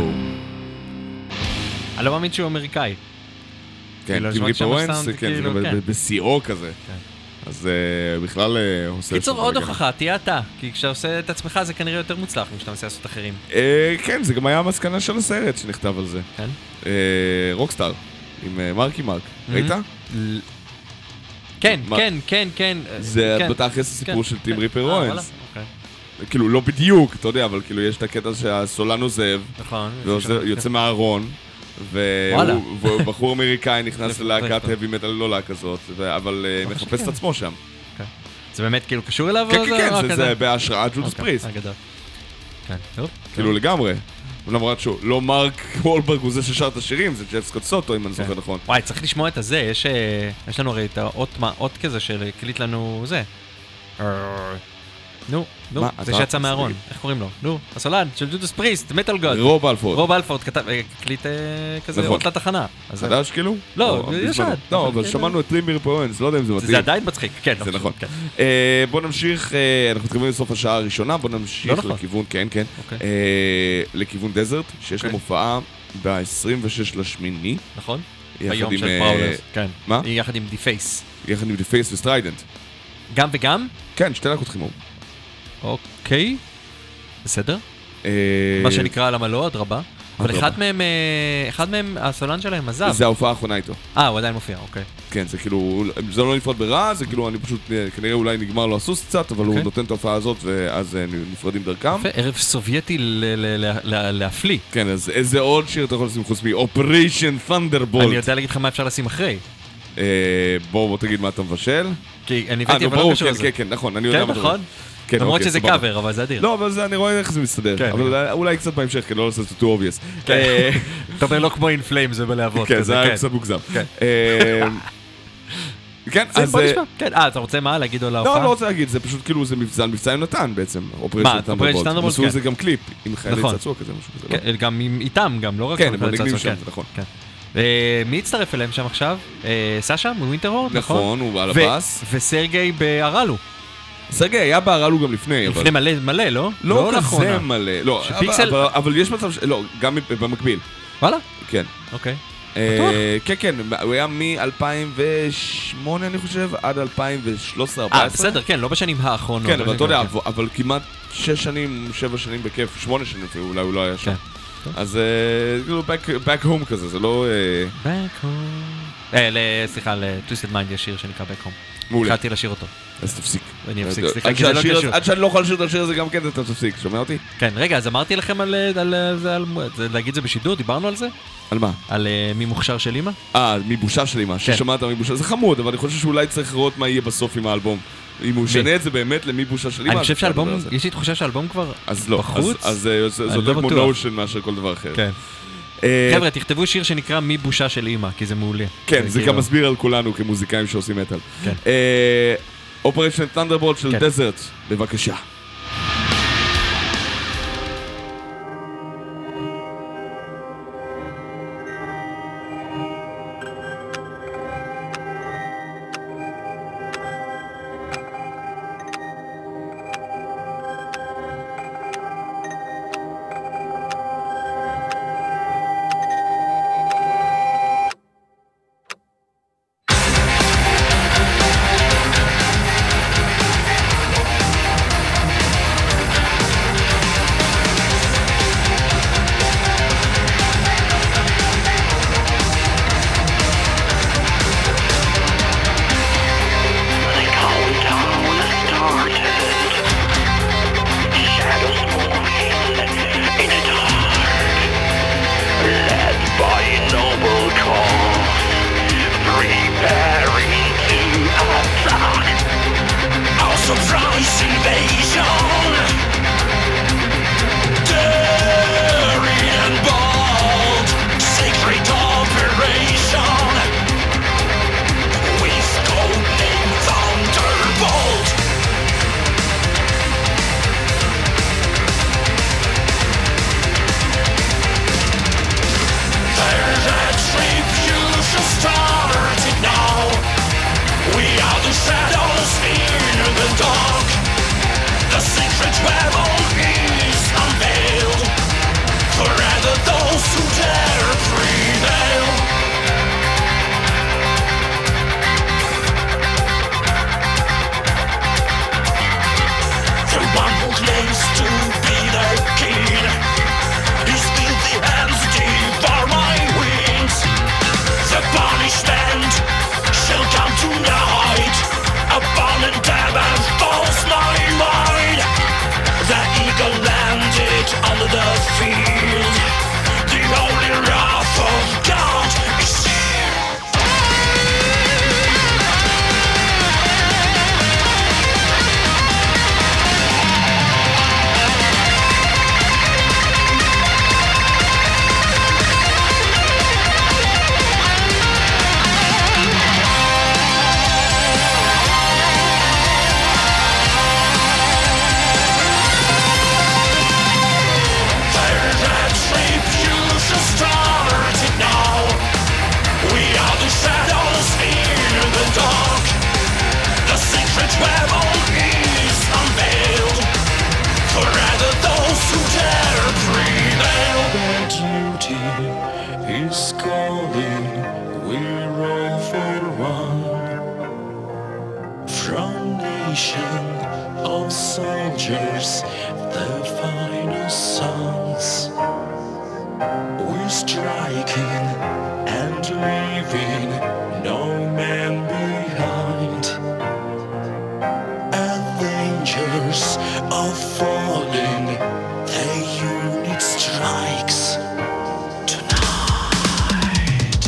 S4: אני לא מאמין שהוא אמריקאי.
S3: כן,
S4: כאילו,
S3: כי
S4: לשמוע
S3: ריפר
S4: שם
S3: ווינס,
S4: הסאונד,
S3: כן, זה
S4: כאילו,
S3: גם
S4: כן.
S3: בשיאו כזה. אז בכלל עושה...
S4: קיצור,
S3: שם
S4: עוד
S3: רגע.
S4: הוכחה, תהיה אתה. כי כשאתה עושה את עצמך זה כנראה יותר מוצלח משאתה מנסה לעשות אחרים.
S3: כן, זה גם היה המסקנה של הסרט שנכתב על זה.
S4: כן?
S3: רוקסטאר, עם מרקי מרק. ראית?
S4: כן,
S3: מה?
S4: כן.
S3: זה
S4: כן.
S3: בתכלס הסיפור של טים ריפר
S4: וואלה,
S3: ווינס.
S4: אוקיי.
S3: כאילו, לא בדיוק, אתה יודע, אבל כאילו יש את הקטע שהסולן עוזב,
S4: נכון.
S3: ויוצא מהארון,
S4: וואלה.
S3: ובחור אמריקאי נכנס
S4: זה
S3: ללהקת
S4: טוב.
S3: heavy metal, לא להקה כזאת, אבל מחפש את עצמו שם.
S4: זה באמת כאילו קשור אליו?
S3: כן,
S4: או
S3: כן,
S4: רק
S3: זה בהשראת ג'ודס
S4: אוקיי,
S3: פריסט.
S4: גדול. כן, טוב.
S3: כאילו לגמרי. למרות שהוא, לא מרק וולברג הוא זה ששר את השירים, זה ג'ף סקוט סוטו, אם אני זוכר נכון.
S4: וואי, צריך לשמוע את הזה, יש לנו הרי את האות כזה של הקליט לנו זה. נו,
S3: מה,
S4: זה
S3: אתה?
S4: שיצא מהארון, איך קוראים לו? נו, הסולן של ג'ודס פריסט, מטל גוד.
S3: רוב אלפורד.
S4: רוב אלפורד כתב, הקליט כזה
S3: נכון.
S4: אות לתחנה. אז זה-
S3: חדש כאילו?
S4: לא,
S3: או,
S4: ישן.
S3: בזמנו. לא, אבל
S4: כן,
S3: שמענו את טים ריפר ווינס, לא יודע אם זה מתאים.
S4: זה עדיין מצחיק, כן.
S3: זה
S4: לא,
S3: נכון.
S4: כן.
S3: בוא נמשיך, אנחנו מתקרבים לסוף השעה הראשונה, בוא
S4: לא
S3: נמשיך
S4: נכון.
S3: לכיוון, כן,
S4: אוקיי.
S3: לכיוון דזרט, שיש להם
S4: אוקיי.
S3: הופעה ב-26 לשמיני,
S4: נכון?
S3: יחד
S4: ביום
S3: עם,
S4: של פראולרס, כן.
S3: מה?
S4: יחד עם דיפייס.
S3: יחד עם דה פייס וסטריידנט.
S4: גם וגם?
S3: כן, שתי להקות חימום.
S4: אוקיי. בסדר? מה שנקרא למה לא, אדרבה. אבל אחד מהם, הסולן שלהם עזב.
S3: זה ההופעה האחרונה איתו.
S4: הוא עדיין מופיע, אוקיי.
S3: כן, זה כאילו, זה לא נפרד ברע, זה כאילו, אני פשוט, כנראה אולי נגמר לו הסוס קצת, אבל הוא נותן את ההופעה הזאת, ואז נפרדים דרכם.
S4: ערב סובייטי להפליא.
S3: כן, אז איזה עוד שיר אתה יכול לשים חוץ מ-Operation Thunderbolt?
S4: אני יודע להגיד לך מה אפשר לשים אחרי.
S3: בוא תגיד מה אתה מבשל.
S4: כי אני הבאתי, אבל לא קשור לזה.
S3: כן, נכון, אני יודע מה אתה
S4: כן, נכון? למרות שזה קאבר, אבל זה אדיר.
S3: לא, אבל אני רואה איך זה מסתדר. אבל אולי קצת בהמשך, כי לא לעשות את זה too obvious.
S4: אתה אומר לא כמו In Flames ובלהבות.
S3: כן, זה היה קצת מוגזם. כן, אז...
S4: בוא נשמע. כן, אתה רוצה מה? להגיד או להופעה?
S3: לא, לא רוצה להגיד, זה פשוט כאילו, זה מבצע יונתן בעצם.
S4: מה, Operation Thunderbolt,
S3: עשו לזה גם קליפ, עם חיילי צעצוע כזה, משהו כזה.
S4: גם איתם, גם, לא רק
S3: כן, אבל נגנים שם, נכון.
S4: מי הצטרף אליהם שם עכשיו? סשה מווינטרהורד, נכון?
S3: נכון, הוא על הבאס.
S4: וסרגי בארלו.
S3: סרגי היה בארלו גם לפני, אבל...
S4: לפני מלא, לא?
S3: לא כזה מלא, לא, אבל יש מצב, לא, גם במקביל.
S4: וואלה?
S3: כן.
S4: אוקיי.
S3: כן, כן, הוא היה מ-2008 אני חושב, עד 2013-2014.
S4: בסדר, כן, לא בשנים האחרונות.
S3: כן, אבל אתה יודע, אבל כמעט 6 שנים, 7 שנים בכיף, 8 שנים אפילו, אולי הוא לא היה שם. אז כאילו back home כזה, זה לא...
S4: back home. סליחה, ל-Twisted Mind יש שיר שנקרא back home.
S3: מעולה.
S4: התחלתי לשיר אותו.
S3: אז תפסיק.
S4: אני אפסיק, סליחה, כי זה לא קשור.
S3: עד שאני לא יכול לשיר את השיר הזה גם כן, אתה תפסיק, שומע אותי?
S4: כן, רגע, אז אמרתי לכם על להגיד זה בשידור, דיברנו על זה?
S3: על מה?
S4: על מי מוכשר של אמא?
S3: מבושה של אמא, ששמעת מבושה, זה חמוד, אבל אני חושב שאולי צריך לראות מה יהיה בסוף עם האלבום. אם הוא שנה את זה באמת למי בושה של אמא.
S4: אני חושב שהאלבום, יש לי תחושה שהאלבום כבר בחוץ.
S3: אז זה יותר כמו נושן מאשר כל דבר אחר.
S4: כן. חבר'ה, תכתבו שיר שנקרא מי בושה של אמא, כי זה מעולה.
S3: כן, זה גם מסביר על כולנו כמוזיקאים שעושים מטל. Operation Thunderbolt של דזרט, בבקשה.
S5: leaving no man behind. Avengers are falling, their unit strikes tonight.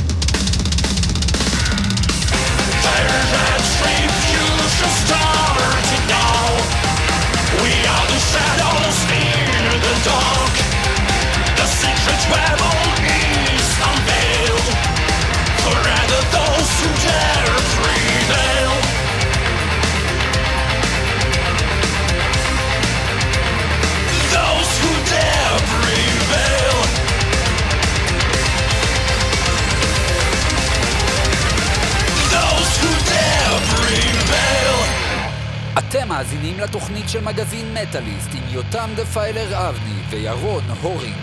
S5: Their retribution starting now. We are the shadows in the dark. The secret rebel is unveiled. Forever those who dare prevail. Those who dare prevail. Those who dare prevail.
S2: אתם מאזינים לתוכנית של מגזין מטאליסט עם יותם דפיילר אבני וירון הורינג.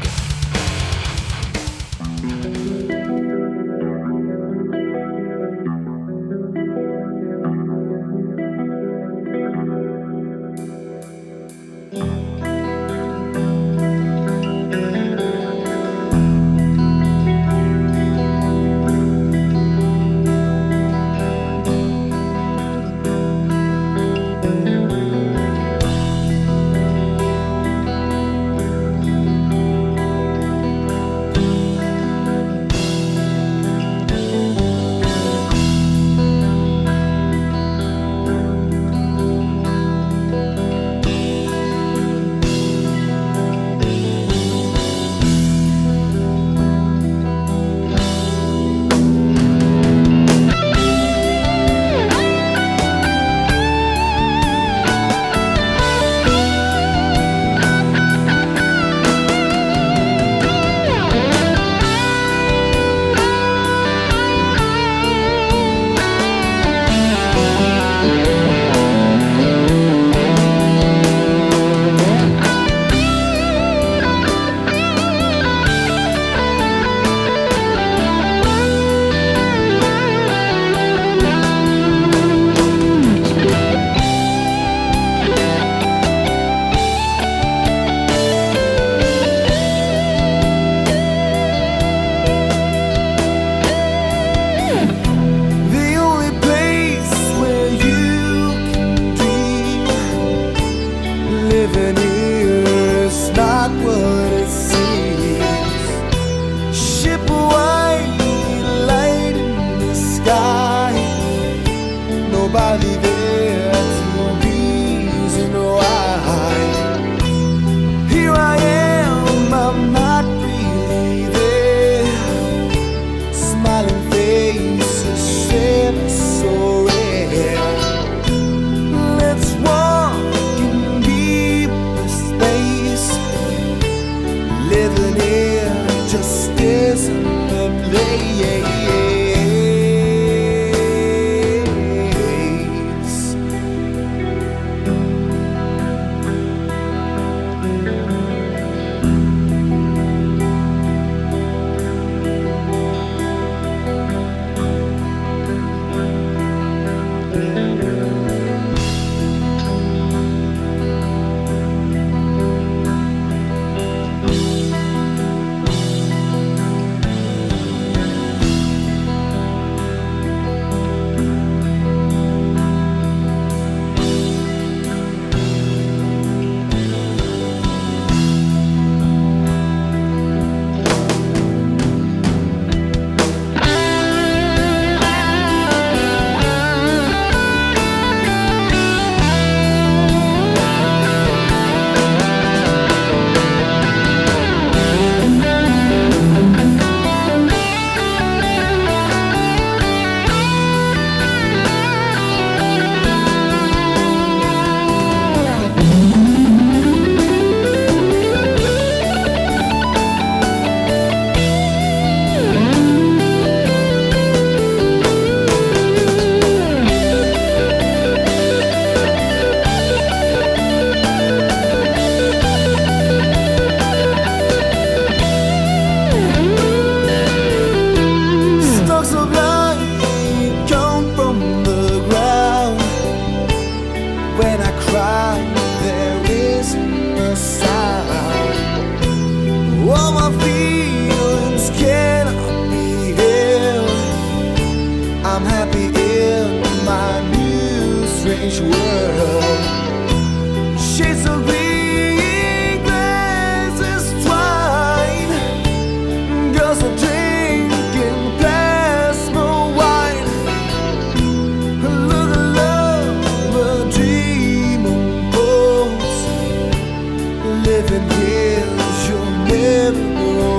S7: I'm happy in my new strange world. Shades of green, glasses twine. Girls are drinking plasma wine. Look at love, a dream on boats. Living here, you'll never grow.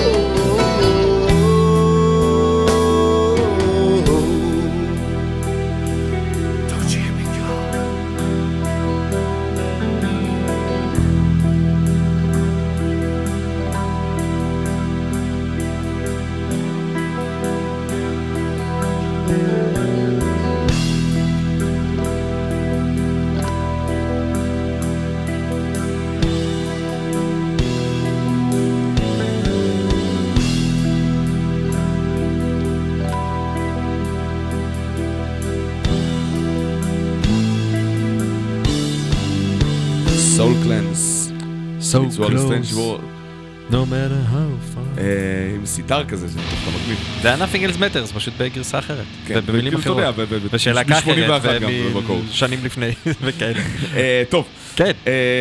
S3: סול קלנס.
S4: So close, no matter how far.
S3: עם סיטר כזה, זה מגניב.
S4: זה היה Nothing Else Matters, פשוט בגרסה אחרת.
S3: כן,
S4: ובמילים
S3: כאילו,
S4: אחרות.
S3: אתה יודע,
S4: ושלהקה אחרת,
S3: ב-81 גם במקור.
S4: ושנים לפני, וכאלה.
S3: טוב.
S4: כן,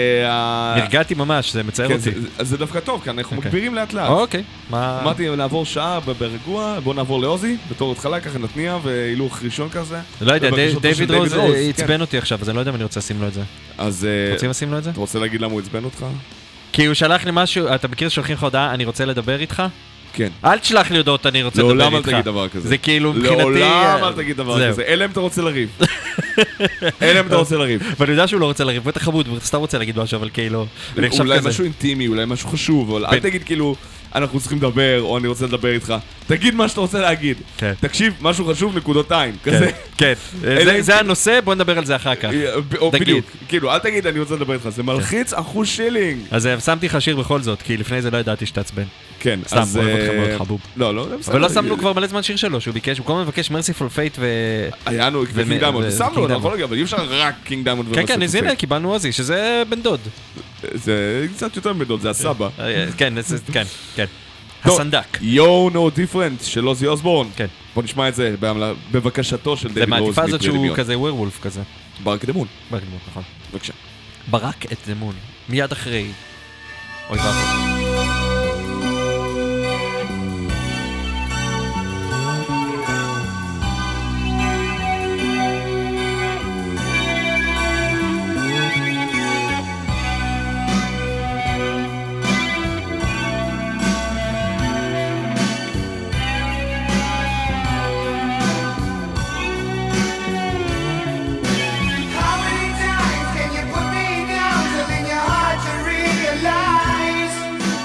S4: הרגעתי ממש, זה מצייר אותי.
S3: זה דווקא טוב, כי אנחנו מגבירים לאט לאט.
S4: אוקיי.
S3: אמרתי, נעבור שעה ברגוע, בוא נעבור לעוזי, בתור התחלה, ככה נתניע, והילוך ראשון כזה.
S4: לא יודע,
S3: בבקשתו של
S4: דיוויד רוז
S3: כן.
S4: עצבן אותי עכשיו, אז אני לא יודע אם אני רוצה לשים לו את זה.
S3: אז
S4: רוצים לשים לו את זה?
S3: אתה רוצה להגיד למה הוא עצבן אותך?
S4: כי הוא שלח לי משהו, אתה מכיר ששולחים לך הודעה, אני רוצה לדבר איתך?
S3: כן.
S4: אל תשלח לי הודעות, אני רוצה לדבר איתך.
S3: לעולם אל תגיד דבר כזה.
S4: זה כאילו מבחינתי...
S3: לעולם אל תגיד דבר כזה, אלא אם אתה רוצה לריב. אלא אם אתה רוצה לריב.
S4: ואני יודע שהוא לא רוצה לריב, בטח חמוד, הוא סתם רוצה להגיד משהו, אבל כאילו...
S3: אולי משהו אינטימי, אולי משהו חשוב, אבל אל תגיד כאילו, אנחנו צריכים לדבר, או אני רוצה לדבר איתך. תגיד מה שאתה רוצה להגיד. תקשיב, משהו חשוב, נקודות עין. כזה.
S4: כן, זה הנושא, בוא נדבר על זה אחר כך.
S3: בדיוק, כאילו, אל תגיד אני רוצה לדבר איתך, זה מלחיץ אחוז שילינג.
S4: אז שמתי לך שיר בכל זאת, כי לפני זה לא ידעתי שתעצבן.
S3: כן,
S4: סתם, אוהב אותך מאוד חבוב.
S3: לא,
S4: אבל לא שמנו כבר מלא זמן שיר שלו, שהוא ביקש, הוא כל הזמן מבקש מרסיפול פייט ו...
S3: היה לנו קינג דיימונד, שמנו, נכון, אבל אי אפשר רק קינג דיימונד
S4: כן, כן, אז הנה, קיבלנו עוזי, שזה בן דוד.
S3: זה קצת יותר בן דוד, זה הסבא.
S4: כן, כן. הסנדק.
S3: You know different של עוזי אוסבורן.
S4: כן.
S3: בוא נשמע את זה בבקשתו של דיוויד רוז.
S4: זה מעטיפה הזאת שהוא כזה ווירולף כזה.
S3: ברק דמון.
S4: ברק דמון, נכון.
S3: בבקשה.
S4: ברק את דמון. מיד אחרי. אוי ואבוי.
S7: How many times can you put me down till in your heart you realize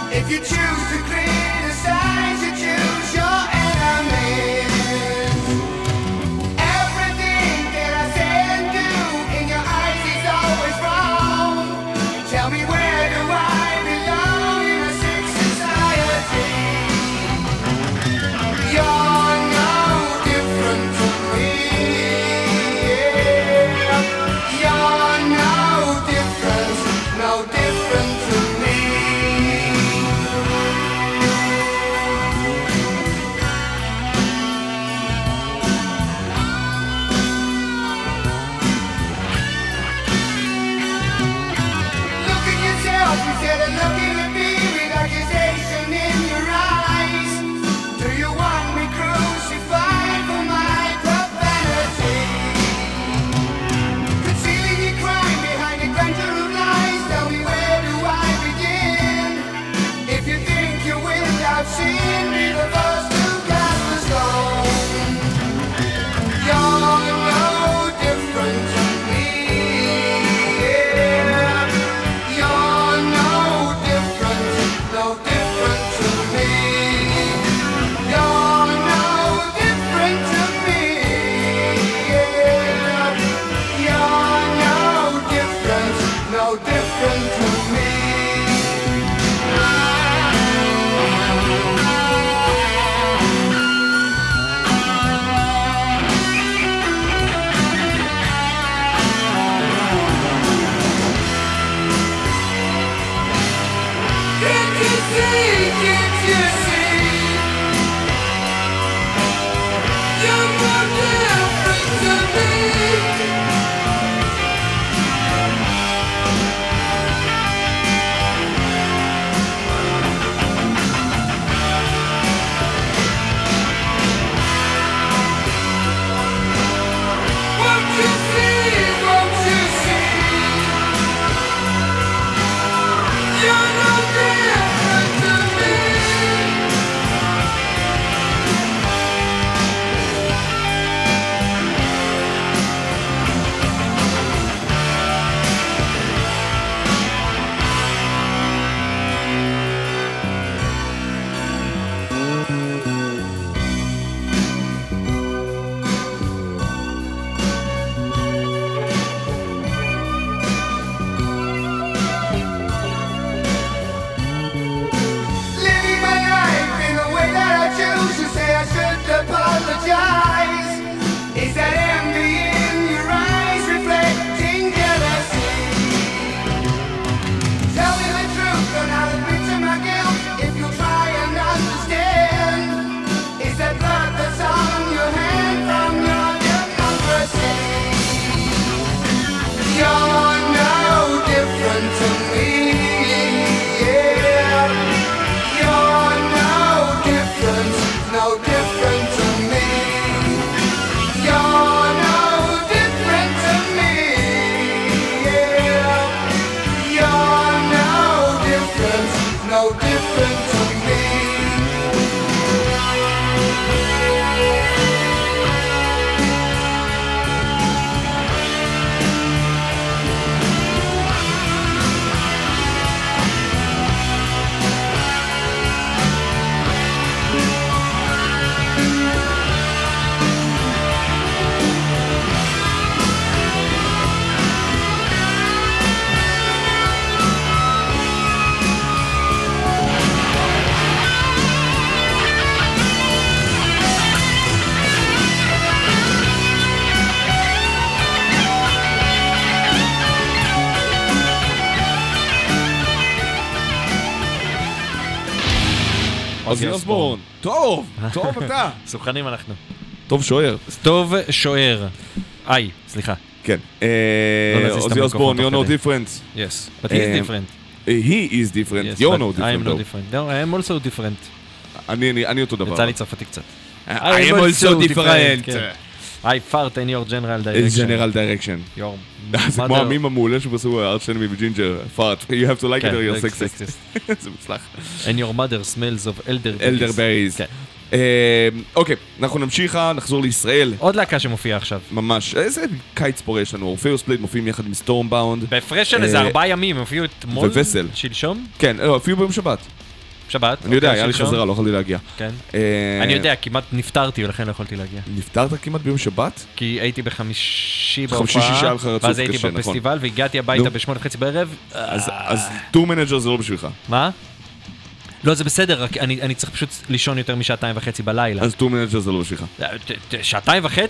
S3: עוזי אוסבורן. טוב אתה.
S4: סוכנים אנחנו.
S3: טוב שוער.
S4: טוב שוער. סליחה.
S3: כן.
S4: להזיז את
S3: עוזי אוסבורן,
S4: המיקרופון
S3: you're no
S4: תוך
S3: different.
S4: Yes, but he's different.
S3: He is different,
S4: Yes,
S3: you're
S4: but
S3: no
S4: I am
S3: different.
S4: no
S3: though.
S4: different. No, I am also different.
S3: אני אותו דבר.
S4: יצא לי צרפתי קצת.
S3: I am also different.
S4: כן. I fart in your general direction.
S3: General direction.
S4: Your
S3: זה כמו המים המעולה שבעשו ארט שנמי וג'ינג'ר. פארט. You have to like it or you're sexist. זה מוצלח.
S4: And your mother smells of
S3: אלדר בריז.
S4: כן.
S3: אוקיי, אנחנו נמשיך, נחזור לישראל.
S4: עוד להקה שמופיעה עכשיו.
S3: ממש. איזה קיץ פורה יש לנו. אורפאוס בלייד מופיעים יחד עם סטורמבאונד.
S4: בהפרש של איזה 4 ימים, הם הופיעו אתמול.
S3: ווסל.
S4: שלשום?
S3: כן, הופיעו ביום שבת.
S4: שבת.
S3: אני יודע,
S4: אוקיי,
S3: היה לי
S4: שלשום.
S3: חזרה, לא יכולתי להגיע.
S4: כן. אני יודע, כמעט נפטרתי ולכן לא יכולתי להגיע.
S3: נפטרת כמעט ביום שבת?
S4: כי הייתי בחמישי
S3: חמישי, שישי היה לך
S4: בהופעה,
S3: רצוף
S4: ואז הייתי
S3: קשה, נכון.
S4: בפסטיבל והגעתי הביתה
S3: נו.
S4: ב8:30 בערב.
S3: אז טור מנג'ר זה לא בשבילך.
S4: מה? לא, זה בסדר, רק אני צריך פשוט לישון יותר מ2.5 בלילה.
S3: אז טור מנג'ר זה לא בשבילך.
S4: 2.5?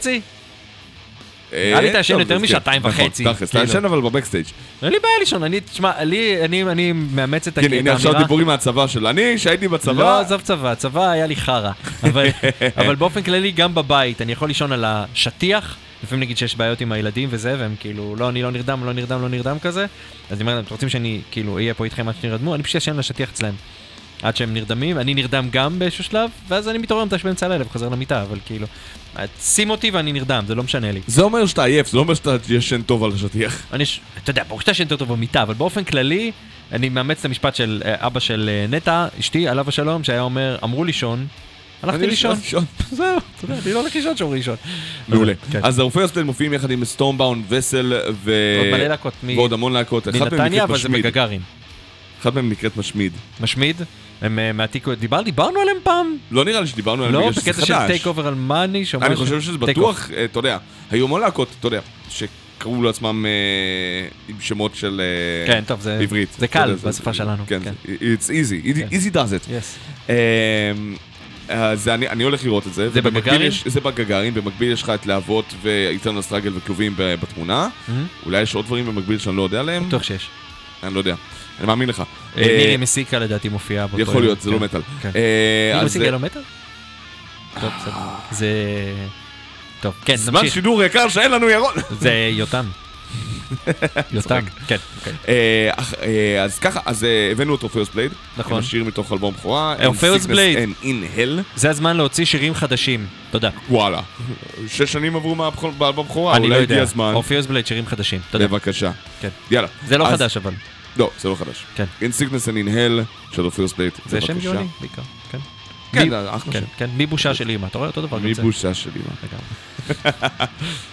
S4: נראה לי אתה ישן יותר מ2.5.
S3: נכון, תכלס, אתה ישן אבל בבקסטייג'.
S4: אין לי בעיה לישון, תשמע, אני מאמץ את
S3: כן, הנה עכשיו
S4: האמירה.
S3: דיבורים מהצבא של אני, שהייתי בצבא.
S4: לא, עזוב צבא, הצבא היה לי חרא. אבל באופן כללי, גם בבית, אני יכול לישון על השטיח, לפעמים נגיד שיש בעיות עם הילדים וזה, והם כאילו, לא, אני לא נרדם כזה, אז אני אומר, אתם רוצים שאני כאילו אהיה פה איתכם עד שנרדמו, אני פשוט ישן על השטיח אצלם. עד שהם נרדמים, אני נרדם גם באיזשהו שלב, ואז אני מתעורר מתי באמצע הלילה וחוזר למיטה, אבל כאילו, שים אותי ואני נרדם, זה לא משנה לי.
S3: זה אומר שאתה עייף, זה לא אומר שאתה ישן טוב על השטיח.
S4: אתה יודע, ברור שאתה ישן יותר טוב במיטה, אבל באופן כללי, אני מאמץ את המשפט של אבא של נטע, אשתי, עליו השלום, שהיה אומר, אמרו לישון, הלכתי לישון. זהו, אתה יודע, אני לא הולך לישון שאומרים לישון.
S3: מעולה. אז אורפאוס בלייד מופיעים יחד עם סטורמבאונד, וסל
S4: עוד מלא להקות.
S3: ועוד המון להקות.
S4: מנתניה, אבל זה בגגארין.
S3: אחת מהם נקראת משמיד.
S4: משמיד? הם מעתיקו, דיברנו עליהם פעם?
S3: לא נראה לי שדיברנו עליהם
S4: לא,
S3: בגלל שזה חדש.
S4: בקטע של טייק אובר על מאניש או משהו?
S3: אני חושב שזה בטוח, אתה יודע, היו המון להקות, אתה יודע, שקראו לעצמם עם שמות של
S4: כן, טוב, זה קל בשפה שלנו.
S3: כן, it's easy, easy does it. אז אני הולך לראות את זה.
S4: זה בגגארין?
S3: זה בגגארין, במקביל יש לך את להבות ואיטרנל סטראגל וכלובים בתמונה. אולי יש עוד דברים במקביל שאני לא יודע עליהם.
S4: בטוח שיש.
S3: אני לא יודע. אני מאמין לך.
S4: מירי מסיקה לדעתי מופיעה באותו...
S3: יכול להיות, זה לא מטל.
S4: מירי מסיקה לא מטל? טוב, בסדר. זה... טוב, כן, נמשיך.
S3: זמן שידור יקר שאין לנו ירון.
S4: זה יותם. יותם, כן.
S3: אז ככה, אז הבאנו את אורפאוס בלייד.
S4: נכון.
S3: עם השיר מתוך אלבום בכורה.
S4: אורפאוס בלייד.
S3: And in Hell.
S4: זה הזמן להוציא שירים חדשים. תודה.
S3: וואלה. 6 שנים עברו באלבום בכורה,
S4: אני לא
S3: אולי הגיע
S4: יודע.
S3: הזמן.
S4: אורפאוס בלייד, שירים חדשים. תודה.
S3: בבקשה.
S4: כן.
S3: יאללה.
S4: זה לא חדש אבל.
S3: לא, זה לא חדש.
S4: כן.
S3: In Sickness and in Hell של אורפאוס בלייד.
S4: זה שם גאוני בעיקר. כן.
S3: כן, אחלה שם.
S4: כן, מי בושה של אמא. אתה רואה אותו דבר?
S3: מי בושה של אמא.
S4: לגמרי.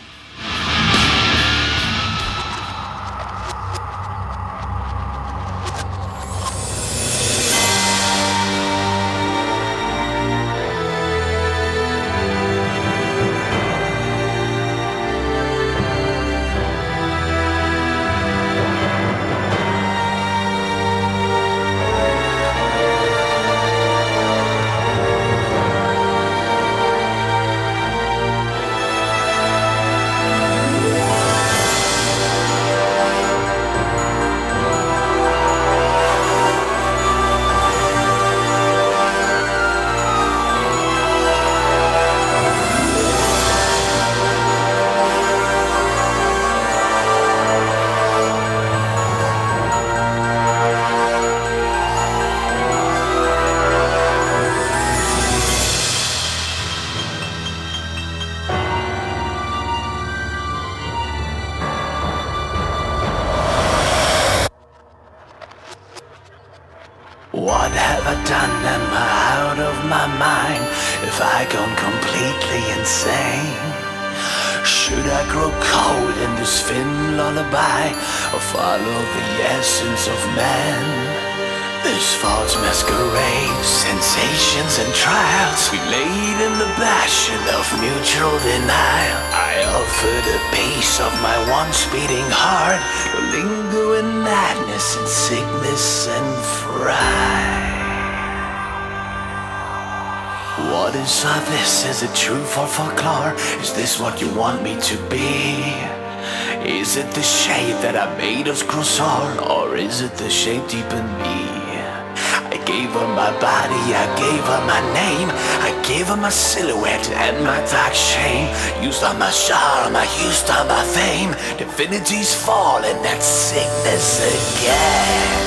S5: What have I done? Am I out of my mind? Have I gone completely insane? Should I grow cold in this thin lullaby, or follow the essence of man? This false masquerade, sensations and trials, we laid in the passion of mutual denial. I offered a piece of my once beating heart, to linger in madness and sickness and fright. What is all this? Is it truth or folklore? Is this what you want me to be? Is it the shape that I made us grow sore, or is it the shape deep in me? I gave her my body, I gave her my name, I gave her my silhouette and my dark shame. Used all my charm, I used all my fame. Divinity's fallen, that's sickness again.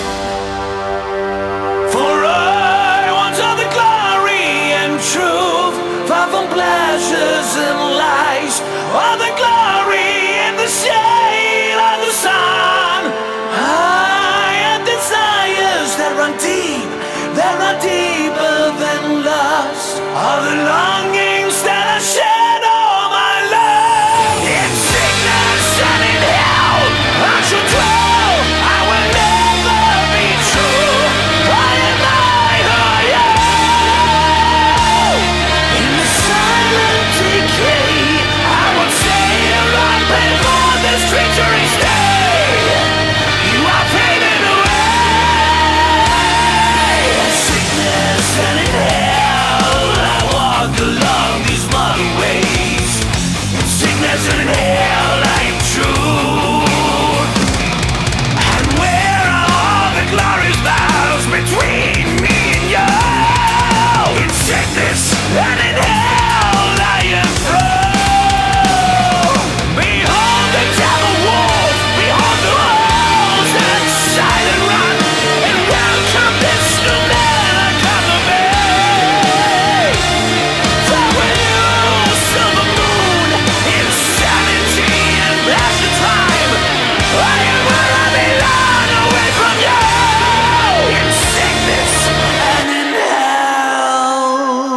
S5: For I want all the glory and truth, far from pleasures and lies, all the glory and the shade of the sun. I have desires that run deep, that run deeper than lust, all the longings that I shed all my life. In sickness and in hell I shall dwell, I will never be true. I am I am. In the silent decay I will sail on before this treachery stay. You are fading away. Sickness and in hell I walk along these muddy ways. In sickness and in hell I am true. And where are all the glorious vows between me and you? In sickness and in hell I am through. Behold the devil wolf, behold the wolves that silent run, and welcome this new man unto me. For when you silver moon, insanity and passion time, I am where I belong, away from you. In sickness and in hell.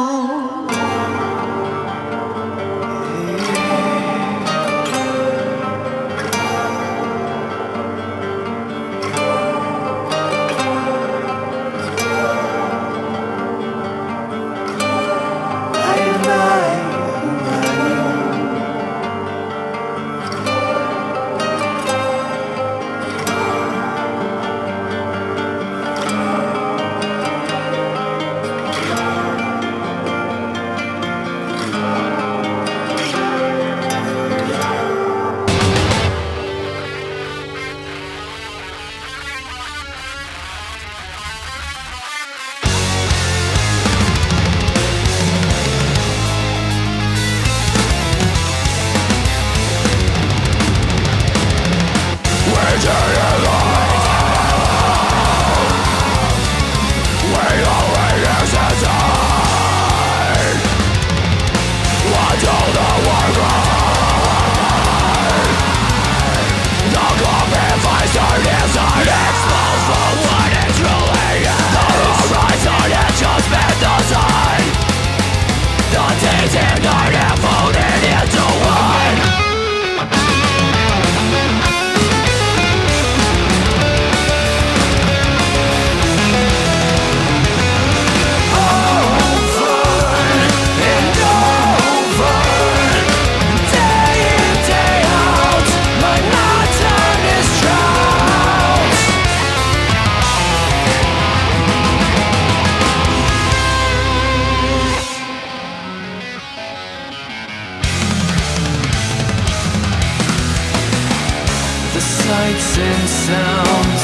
S5: The sights and sounds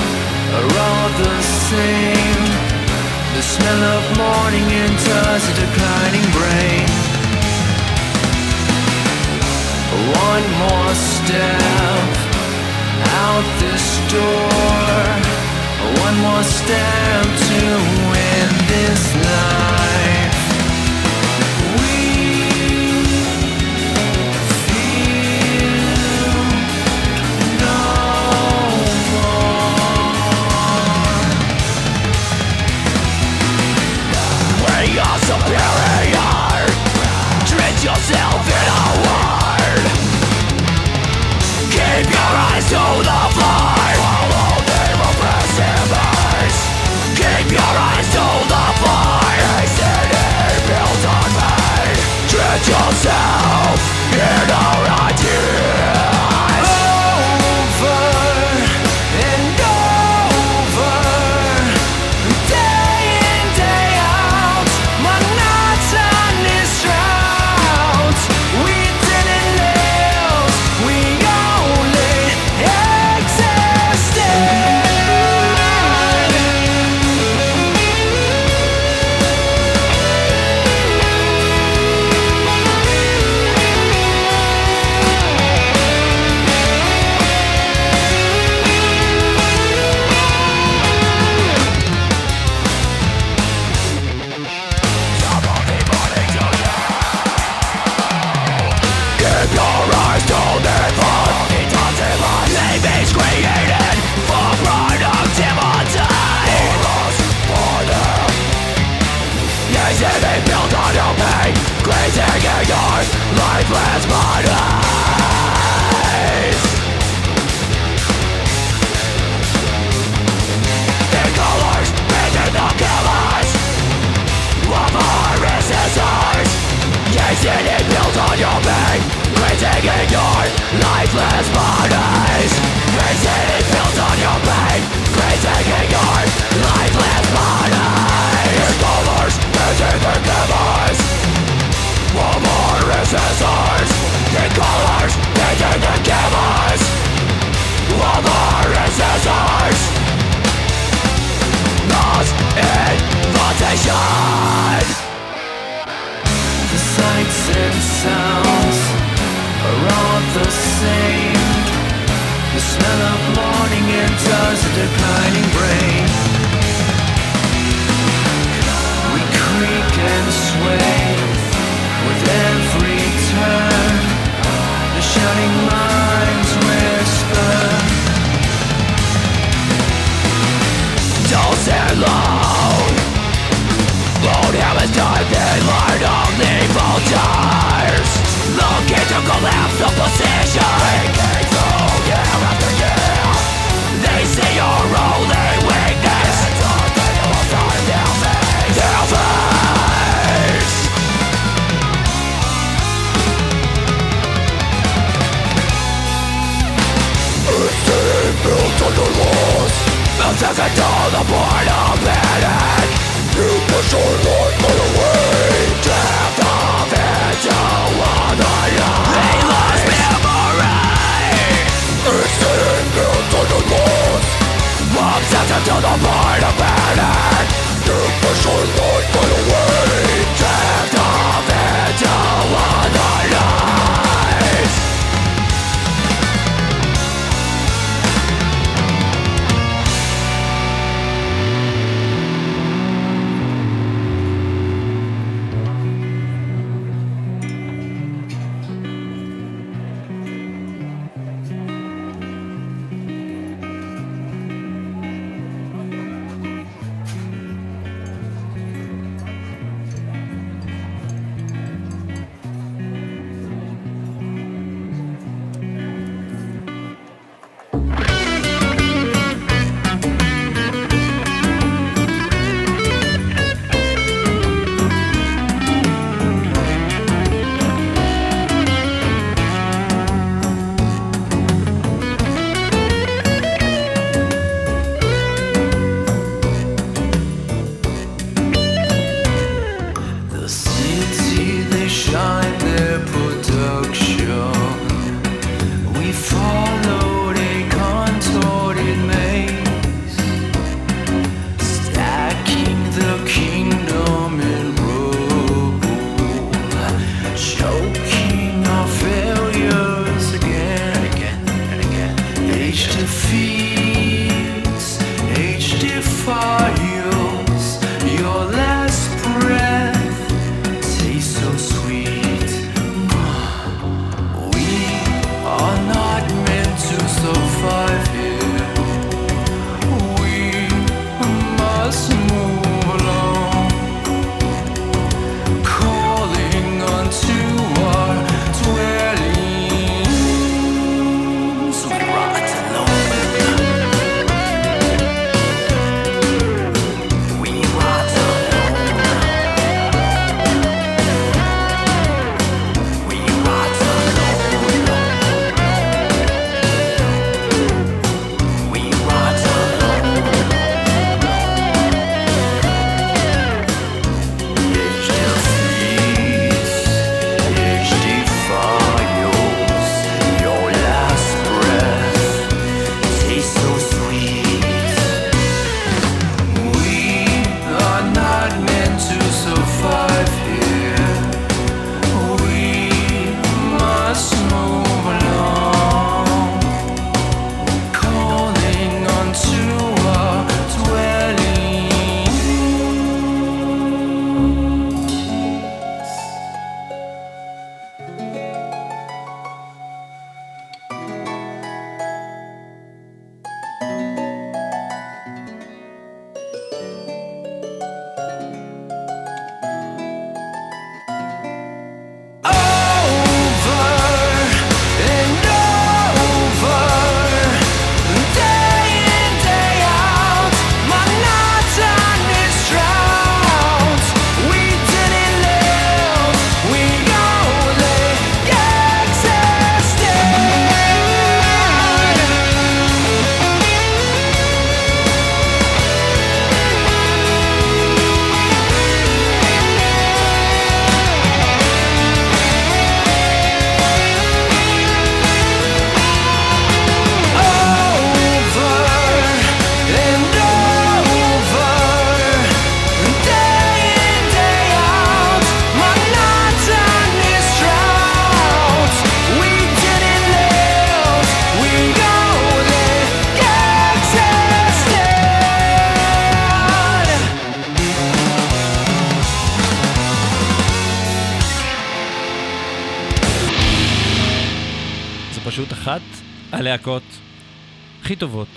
S5: are all the same. The smell of morning enters a declining brain. One more step out this door. One more step to end this life. We feel no more. When you're superior, drench yourself in a word. Keep your eyes to the floor. Follow the repressive eyes. Keep your eyes to the floor.
S6: lifeless bodies. The colors painted the canvas of our ancestors. Chasing it built on your pain, raising in your lifeless bodies. Chasing it built on your pain, raising in your lifeless bodies. The colors painted the canvas of our ancestors. The colors painted the canvas of our ancestors. Lost in invitation. The sights and sounds are all the same. The smell of morning enters a declining brain. We creak and sway with every turn. The shouting minds whisper. Don't stand alone. Won't have us done, they learn only vultures. Looking to collapse the position. Breaking through year after year. They see your only weakness. They will turn their face. Their face. A city built on the walls. Built as a door, the point of panic. You push your life by the way. Draft off into another life. They lost memory. A city built on the walls. Obsessed to the point of panic. You push your life by the way. Draft off into another life.
S4: פשוט אחת הלהקות הכי טובות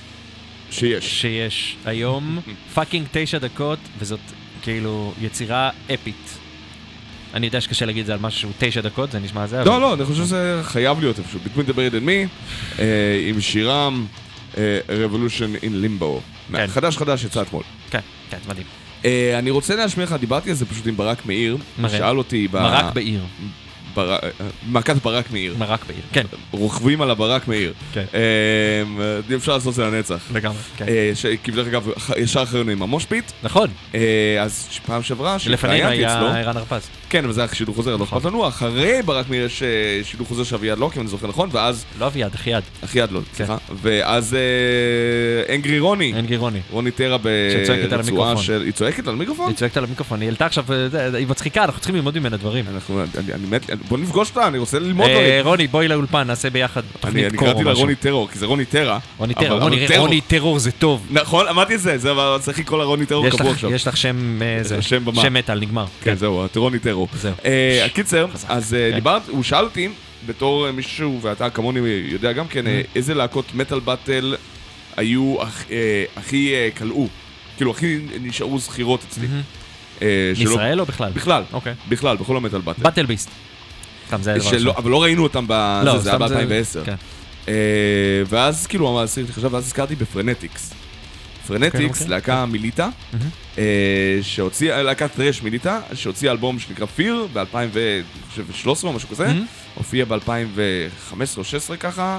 S4: שיש היום, פאקינג 9 דקות, וזאת כאילו יצירה אפית. אני יודע שקשה להגיד את זה על משהו שהוא 9 דקות, זה נשמע זה.
S3: לא, אני חושב שזה חייב להיות איפשהו. Between the Buried and Me, עם שירם Revolution in Limbo. חדש יצא אתמול.
S4: כן, זה מדהים.
S3: אני רוצה להשמיע לך, דיברתי על זה פשוט עם ברק מאיר. שאל אותי...
S4: מרק בעיר.
S3: מכת ברק מאיר.
S4: מרק בעיר, כן.
S3: רוכבים על הברק מאיר.
S4: כן.
S3: אפשר לעשות זה לנצח.
S4: לגמרי, כן.
S3: כי בדרך אגב, ישר אחרינו עם המושפיט.
S4: נכון.
S3: אז פעם שעברה,
S4: לפנינו היה ערן הרפז.
S3: כן, אבל זה היה שידור חוזר, לא אכפת לנו. אחרי ברק מאיר יש שידור חוזר שאביעד לא, כי אני זוכר נכון, ואז...
S4: לא אביעד, אחיעד.
S3: אחיעד לא, סליחה. ואז אנגרי רוני. רוני טרה ברצועה של... היא צועקת על המיקרופון?
S4: היא צועקת על המיקרופון, היא העלתה עכשיו, היא מצחיקה, אנחנו צריכים ללמוד ממנה דברים.
S3: בוא נפגוש אותה, אני רוצה ללמוד דברים.
S4: רוני, בואי לאולפן, נעשה ביחד תוכנית קור או משהו.
S3: אני קראתי לה רוני טרור, כי זה רוני טרה.
S4: רוני טרור זה טוב.
S3: נכון, אמרתי את זה, אבל צריך לקרוא לה רוני טרור קבוע עכשיו.
S4: יש לך שם מטל, נגמר.
S3: כן, זהו, רוני טרור. הקיצר, אז דיברת, הוא שאל אותי, בתור מישהו, ואתה כמוני יודע גם כן, איזה להקות מטל באטל היו הכי קלעו, כאילו הכי נשארו זכירות אצלי.
S4: מישראל או בכלל?
S3: בכלל, בכל המטל באטל.
S4: באטל ביסט.
S3: אבל לא ראינו אותם זה היה ב-2010. ואז כאילו, ואז הזכרתי בפרנטיקס. פרנטיקס, להקה מיליטה, שהוציאה, להקת טרש מיליטה, שהוציאה אלבום שנקרא פיר ב-2013 או משהו כזה, הופיע ב-2015 או 2016 ככה,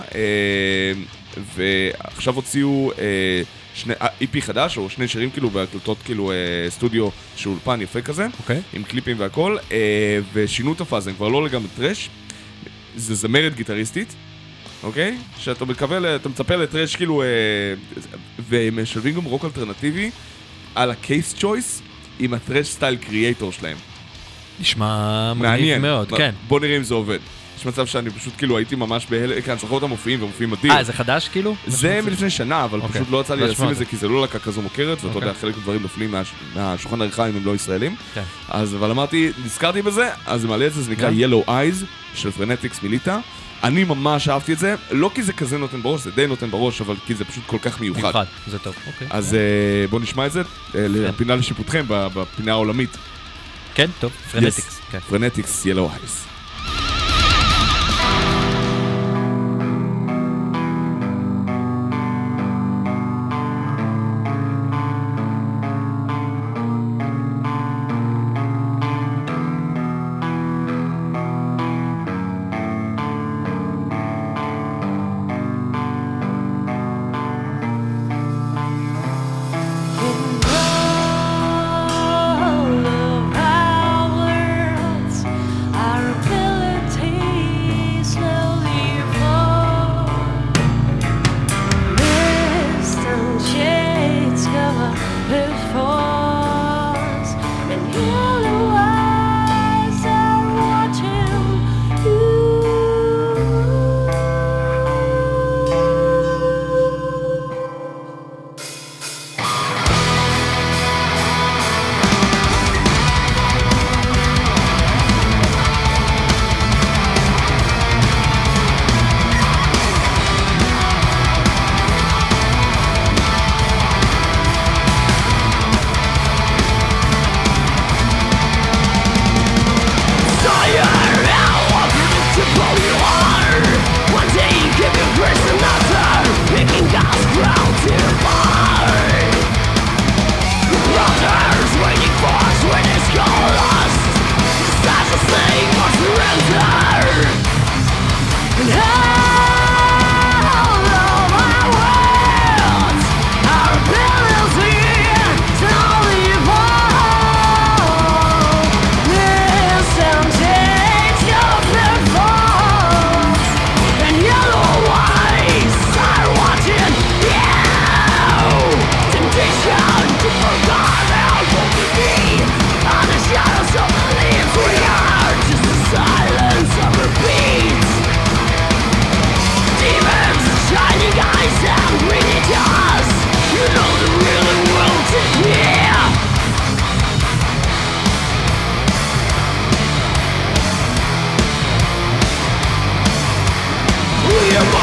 S3: ועכשיו הוציאו EP חדש, או שני שירים כאילו, בהקלטות כאילו סטודיו של אולפן יפה כזה, עם קליפים והכל, ושינו את הפאזה, הם כבר לא לגמרי טרש, זה זמרת גיטריסטית, אוקיי? שאתה מצפה לטרש כאילו, והם משלבים גם רוק אלטרנטיבי על הקייס צ'ויס עם הטרש סטייל קריאטור שלהם.
S4: נשמע מגניב מאוד, כן.
S3: בוא נראה אם זה עובד. יש מצב שאני פשוט כאילו הייתי ממש בהלם, כן, זוכר אותם מופיעים ומופיעים מדהים.
S4: זה חדש כאילו?
S3: זה מלפני שנה, אבל פשוט לא יצא לי לשים את זה כי זה לא לקה כזו מוכרת, ואתה יודע, חלק מהדברים נופלים מהשולחן העריכה אם הם לא ישראלים. אבל אמרתי, נזכרתי בזה, אז זה מעלה את זה, זה נקרא Yellow Eyes של פרנטיקס מיליטה. אני ממש אהבתי את זה, לא כי זה כזה נותן בראש, זה די נותן בראש, אבל כי זה פשוט כל כך מיוחד.
S4: זה טוב, אוקיי.
S3: אז בואו נשמע את זה, לפינה לשיפוטכם, בפינה העולמית.
S4: כן, טוב, פרנטיקס.
S3: פרנטיקס, Yellow Eyes.
S8: I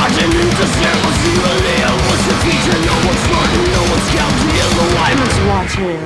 S6: marching into circles, see the leader, what's the future? No one's running, no one's counting, and the wilderness watching.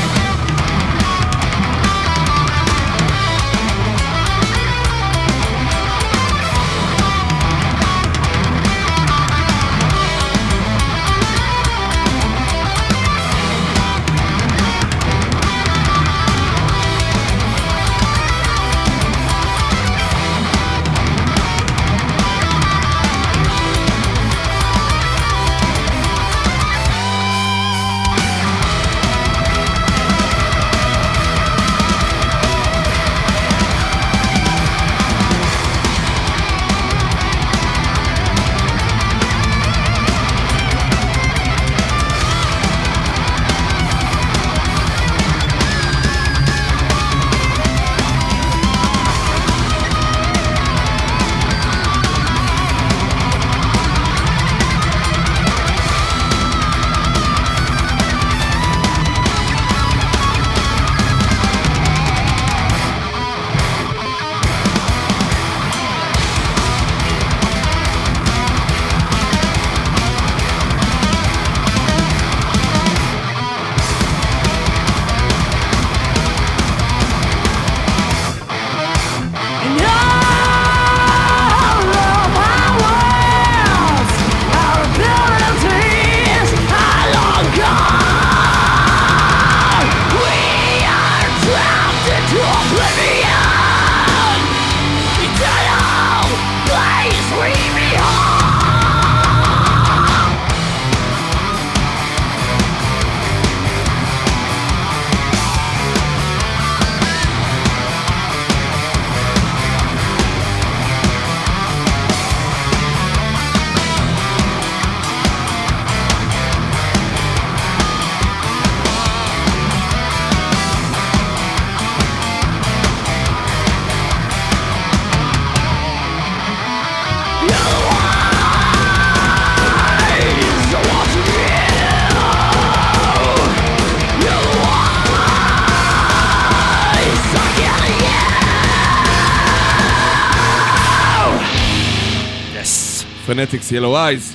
S3: פנטיקס, ילו אייז.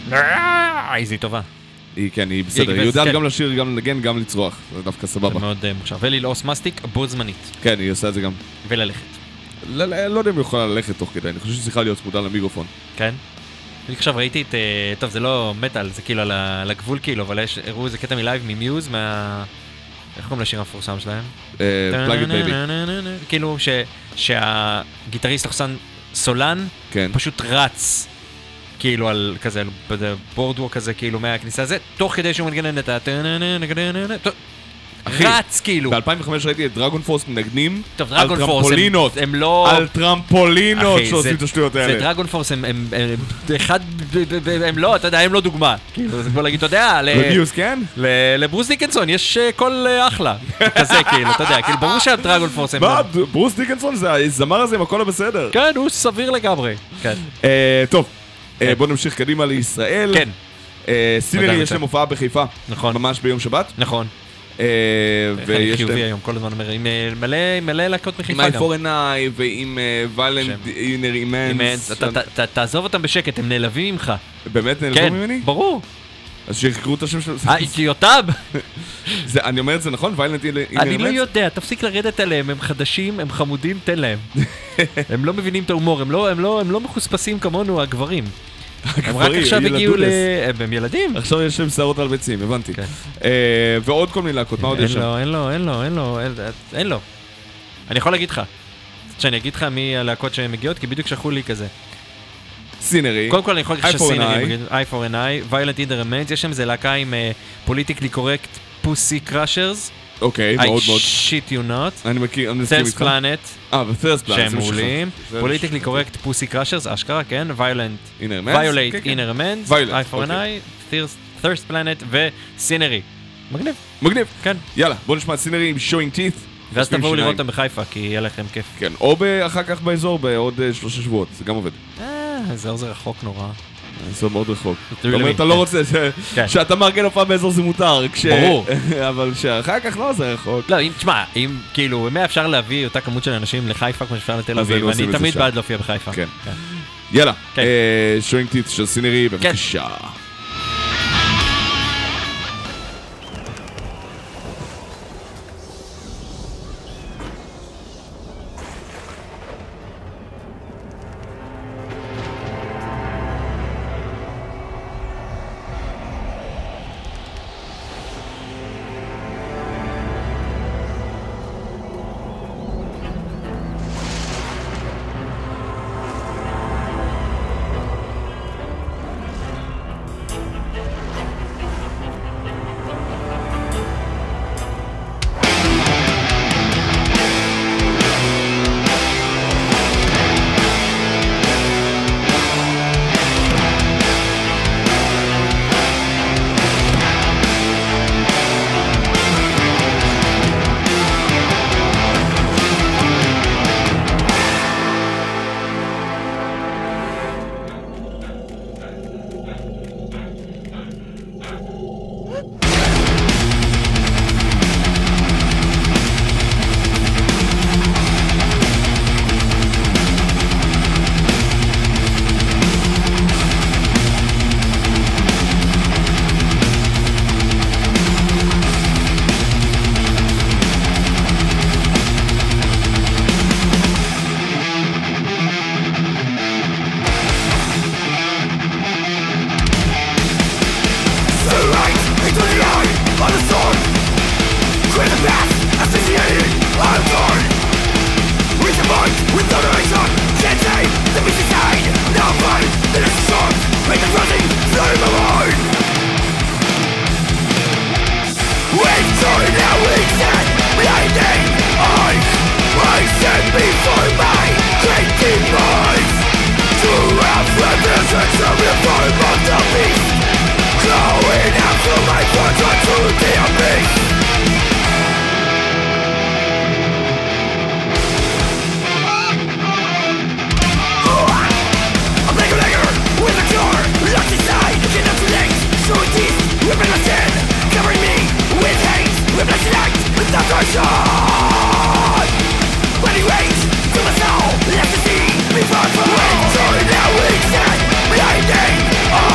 S4: היא טובה.
S3: כן, היא בסדר. היא יודעת גם לשיר, גם לנגן, גם לצרוח. זה דווקא סבבה.
S4: זה מאוד מוכשר. וללעוס מסטיק בו זמנית.
S3: כן, היא עושה את זה גם.
S4: וללכת.
S3: לא יודע אם היא יכולה ללכת תוך כדי, אני חושב שצריכה להיות צמודה למיקרופון.
S4: כן? אני עכשיו ראיתי את... טוב, זה לא מטל, זה כאילו על הגבול כאילו, אבל הראו איזה קטע מלייב ממיוז, איך קוראים לשיר המפורסם שלהם?
S3: פלאגד בייבי.
S4: כאילו שהגיטריסט לחסן סולן פשוט רץ כאילו על כזה, בורדוור כזה כאילו מהכניסה הזה, תוך כדי שהוא מנגנן את רץ כאילו.
S3: ב-2005 ראיתי את דרגון פורס מנגנים
S4: על
S3: טרמפולינות.
S4: הם לא...
S3: על טרמפולינות שעושים את השטויות האלה.
S4: זה דרגון פורס, הם אחד, הם לא, אתה יודע, הם לא דוגמה. כאילו, זה כמו להגיד, אתה יודע,
S3: למיוס, כן?
S4: לברוס דיקנסון יש קול אחלה. כזה כאילו, אתה יודע, כאילו, ברור שהדרגון פורס הם...
S3: מה, ברוס דיקנסון זה הזמר הזה עם הכל בסדר.
S4: כן, הוא סביר לגמרי.
S3: טוב, בוא נמשיך קדימה לישראל.
S4: כן.
S3: סינרי יש להם הופעה בחיפה.
S4: נכון.
S3: ממש ביום שבת.
S4: נכון.
S3: ויש
S4: חיובי היום, כל הזמן אומר, עם מלא להקות מחיפה גם.
S3: עם I4NI ועם ויילנט אינר אימנס.
S4: תעזוב אותם בשקט, הם נעלבים ממך.
S3: באמת נעלבים ממני?
S4: ברור.
S3: אז שיקראו את השם של...
S4: יוטב!
S3: אני אומר את זה נכון? ויילנט אינר אימנס?
S4: אני לא יודע, תפסיק לרדת עליהם, הם חדשים, הם חמודים, תן להם. הם לא מבינים את ההומור, הם לא מחוספסים כמונו, הגברים. הם רק עכשיו הגיעו הם ילדים.
S3: עכשיו יש להם שערות על ביצים, הבנתי. ועוד כל מיני להקות, מה עוד יש שם?
S4: אין לו. אני יכול להגיד לך. שאני אגיד לך מי הלהקות שהן מגיעות, כי בדיוק שלחו לי כזה.
S3: סינרי.
S4: קודם כל אני יכול להגיד שסינרי, I4NI, Violent in the Remains, יש שם איזה להקה עם פוליטיקלי קורקט פוסי קראשרס.
S3: אוקיי, מאוד מאוד.
S4: I shit you not.
S3: אני מסכים איתך.
S4: Thirst Planet.
S3: ו-Thirst Planet.
S4: שהם מעולים. פוליטיקלי קורקט פוסי קראשרס, אשכרה, כן. Violent Inner Remains, I4NI, Thirst Planet וסינרי. מגניב.
S3: מגניב.
S4: כן.
S3: יאללה, בוא נשמע סינרי עם Showing Teeth.
S4: ואז תבואו לראות אותם בחיפה, כי יהיה לכם כיף.
S3: כן, או אחר כך באזור בעוד 3 שבועות, זה גם עובד.
S4: אזור זה רחוק נורא.
S3: אזור מאוד רחוק. זאת אומרת, אתה לא רוצה שאתה מארגן הופעה באזור זה מותר.
S4: ברור.
S3: אבל שאחר כך לא זה רחוק.
S4: לא, תשמע, אם כאילו, מה אפשר להביא אותה כמות של אנשים לחיפה כמו שאפשר לתל אביב, אני תמיד בעד להופיע בחיפה.
S3: כן. יאללה,
S4: כן.
S3: שואינג טיט של סינרי, בבקשה.
S5: Before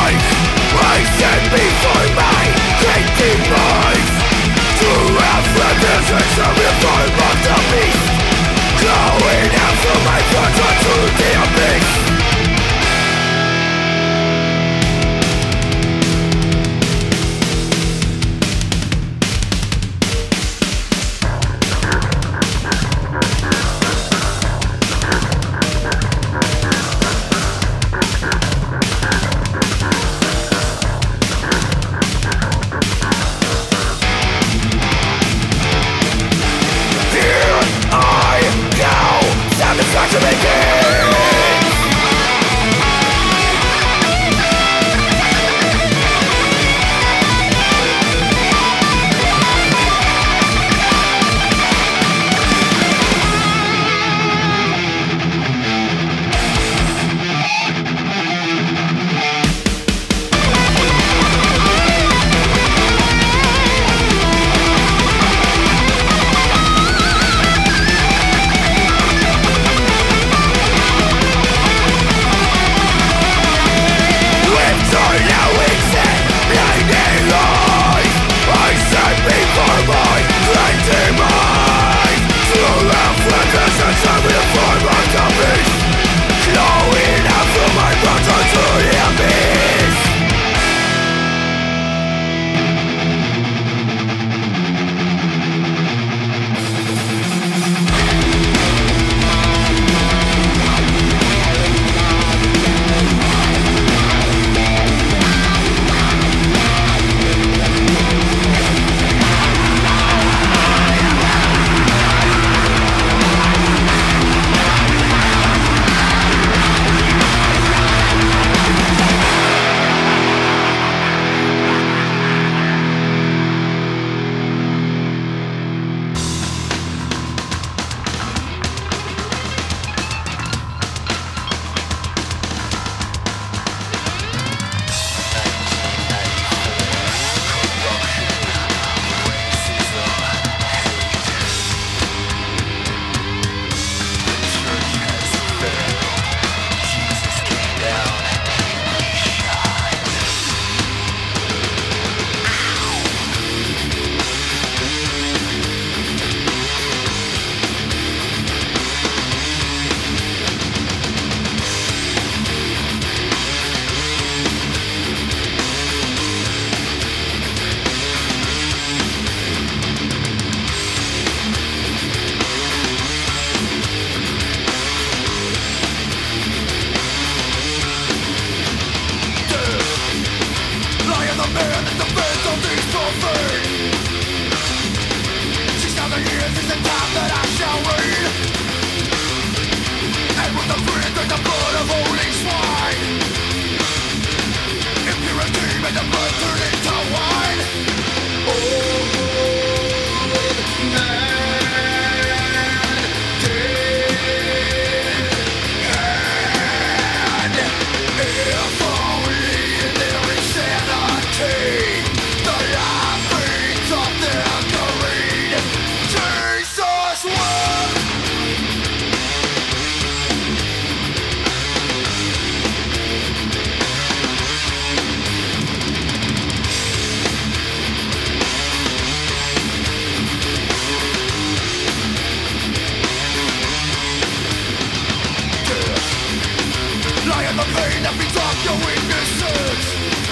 S6: I am the pain that feeds off your weaknesses.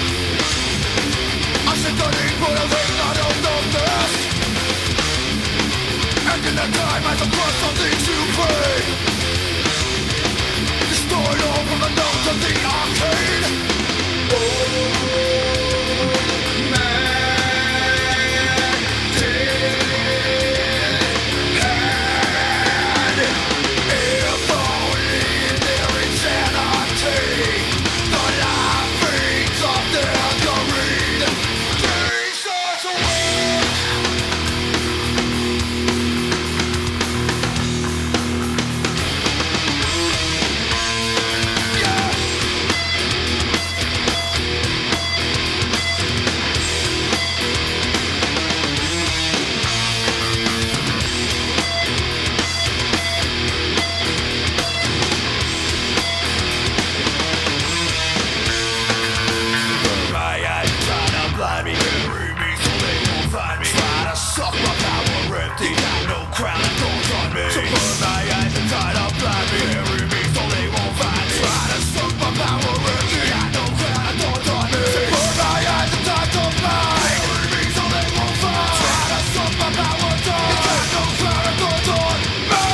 S6: I said the need for the thing not of the best. And in the time as a cross of things you pray, destroyed all from the notes of the arcade. Oh, man, dead hand. If only their insanity, the life beats of their greed. Jesus away. My eyes try to blind me, bury me so they won't find me. Try to suck my power empty, got no crown that goes on me. So burn my eyes and try to blind me, bury me so they won't find me. Try to suck my power empty, got no crown that goes on me. So burn my eyes and try to blind me, bury me so they won't find me. Try to suck my power empty, got no crown that goes on me.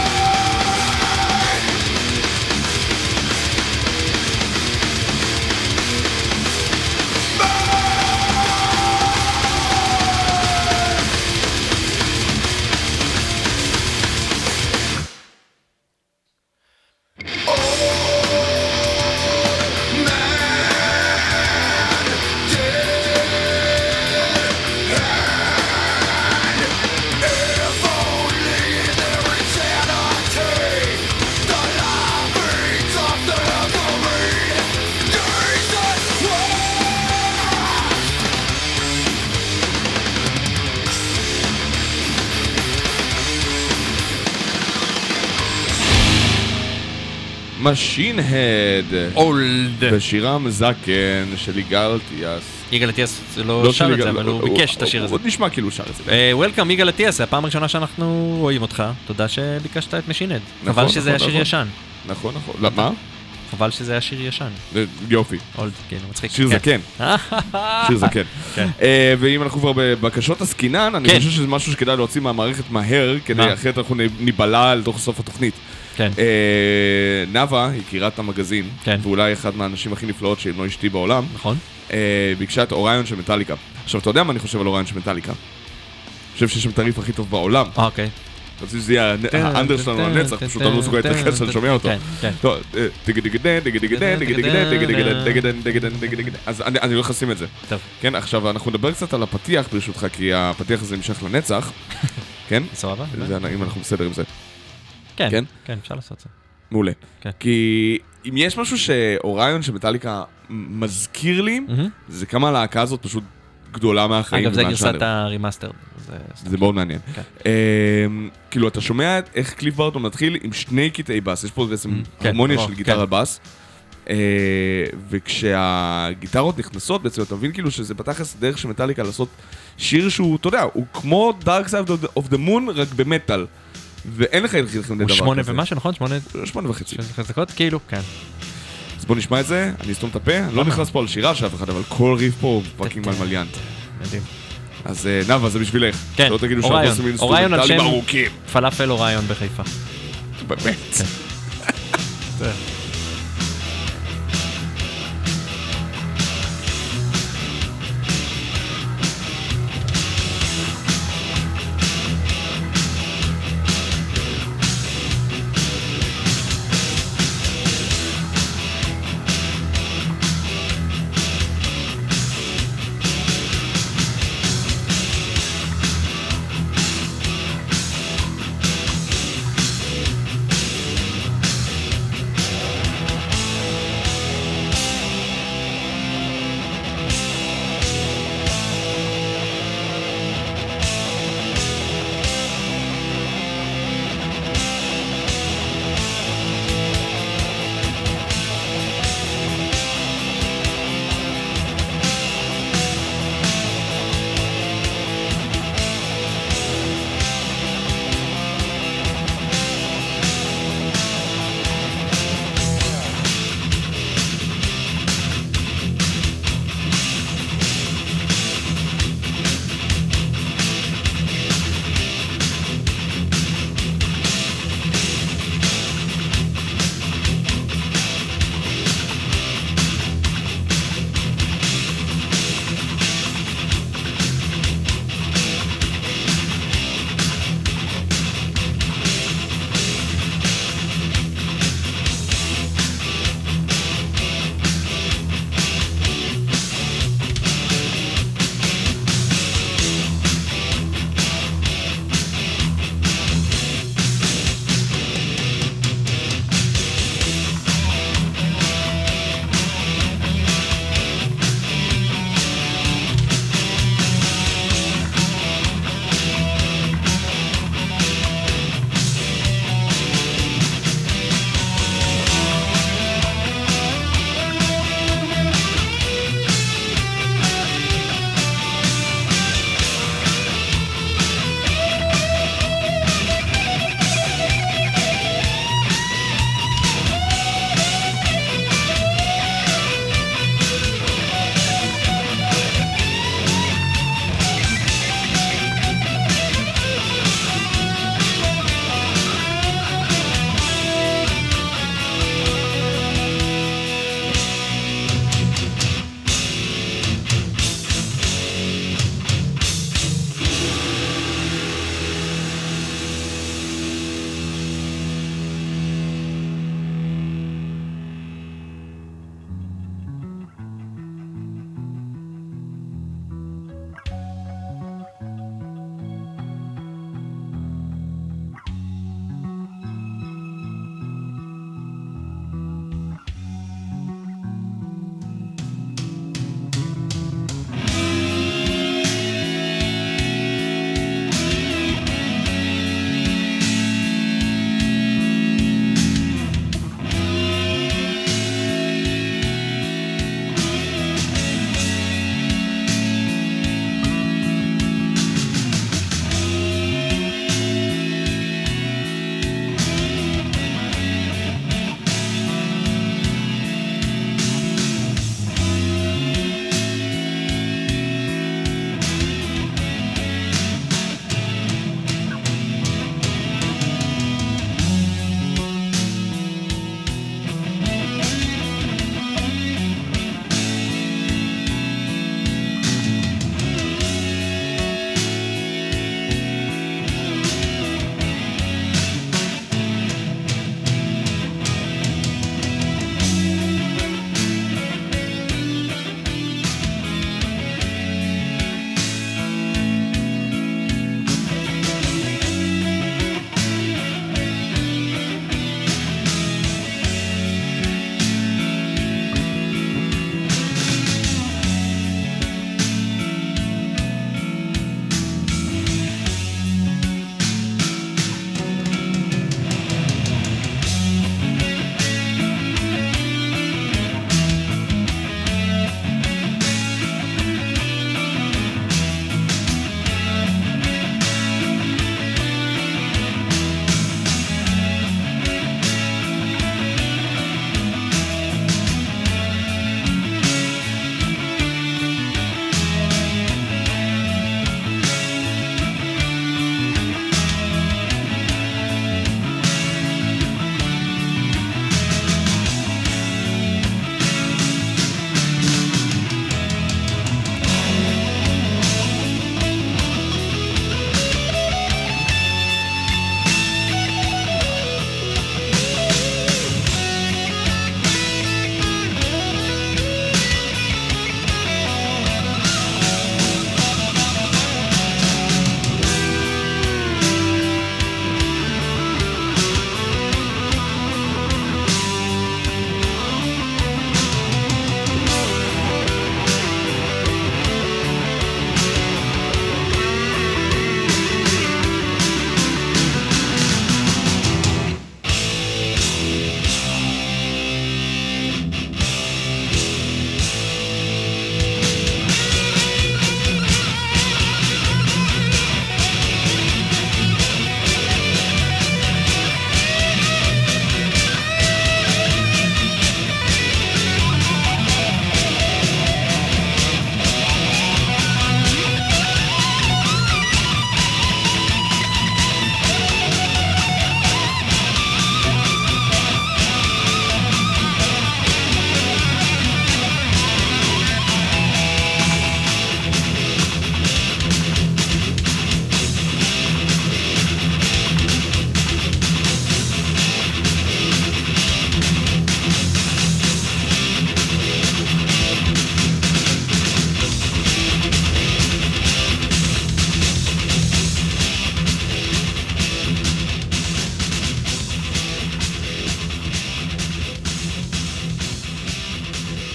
S3: משין הד
S4: אולד.
S3: בשירם זקן של יגאל אטיאס.
S4: יגאל אטיאס לא שר את זה, אבל הוא ביקש את השיר הזה.
S3: הוא עוד נשמע כאילו שר את זה.
S4: וולקאם יגאל אטיאס, זה הפעם הראשונה שאנחנו רואים אותך. תודה שביקשת את משין הד. חבל שזה היה שיר ישן.
S3: נכון. מה?
S4: חבל שזה היה שיר ישן.
S3: יופי.
S4: אולד, כן, מצחיק.
S3: שיר זקן. שיר זקן. ואם אנחנו כבר בבקשות עסקינן, אני חושב שזה משהו שכדאי להוציא מהמערכת מהר, כדי אחרת אנחנו ניבלה לתוך סוף התוכנית.
S4: כן.
S3: נאווה, היא קירת המגזין, ואולי אחד מהאנשים הכי נפלאות שאם לא אשתי בעולם,
S4: נכון.
S3: ביקשה את אוריון של מטאליקה. עכשיו, אתה יודע מה אני חושב על אוריון של מטאליקה? אני חושב שיש שם טריף הכי טוב בעולם.
S4: אוקיי.
S3: רציתי שזה יהיה האנדר שלנו לנצח, פשוט אני לא מסוגל להתרכז שאני שומע אותו. טוב, אז אני הולך לשים את זה. כן, עכשיו אנחנו נדבר קצת על הפתיח ברשותך, כי הפתיח הזה נמשך לנצח. כן?
S4: סבבה.
S3: אם אנחנו בסדר עם זה.
S4: כן, אפשר לעשות זה.
S3: מעולה. כי אם יש משהו שאוריון של מטאליקה מזכיר לי, זה כמה הלהקה הזאת פשוט גדולה מהחיים.
S4: אגב, זה גרסת הרימאסטר.
S3: זה מאוד מעניין. כאילו, אתה שומע איך קליף בארטון מתחיל עם שני קטעי בס, יש פה בעצם הרמוניה של גיטרה בס, וכשהגיטרות נכנסות, בעצם אתה מבין כאילו שזה בתכלס דרך של מטאליקה לעשות שיר שהוא, אתה יודע, הוא כמו Dark Side of the Moon, רק במטאל. ואין לך להתחיל לכם לדבר כזה.
S4: הוא 8 ומשהו, נכון?
S3: 8 וחצי.
S4: דקות, כאילו, כן.
S3: אז בוא נשמע את זה, אני אסתום את הפה, אני לא נכנס פה על שירה של אף אחד, אבל כל ריף פה הוא פאקינג מלמליאנט.
S4: מדהים.
S3: אז נאווה, זה בשבילך.
S4: כן, אוריון על שם
S3: ארוכים.
S4: פלאפל אוריון בחיפה.
S3: באמת.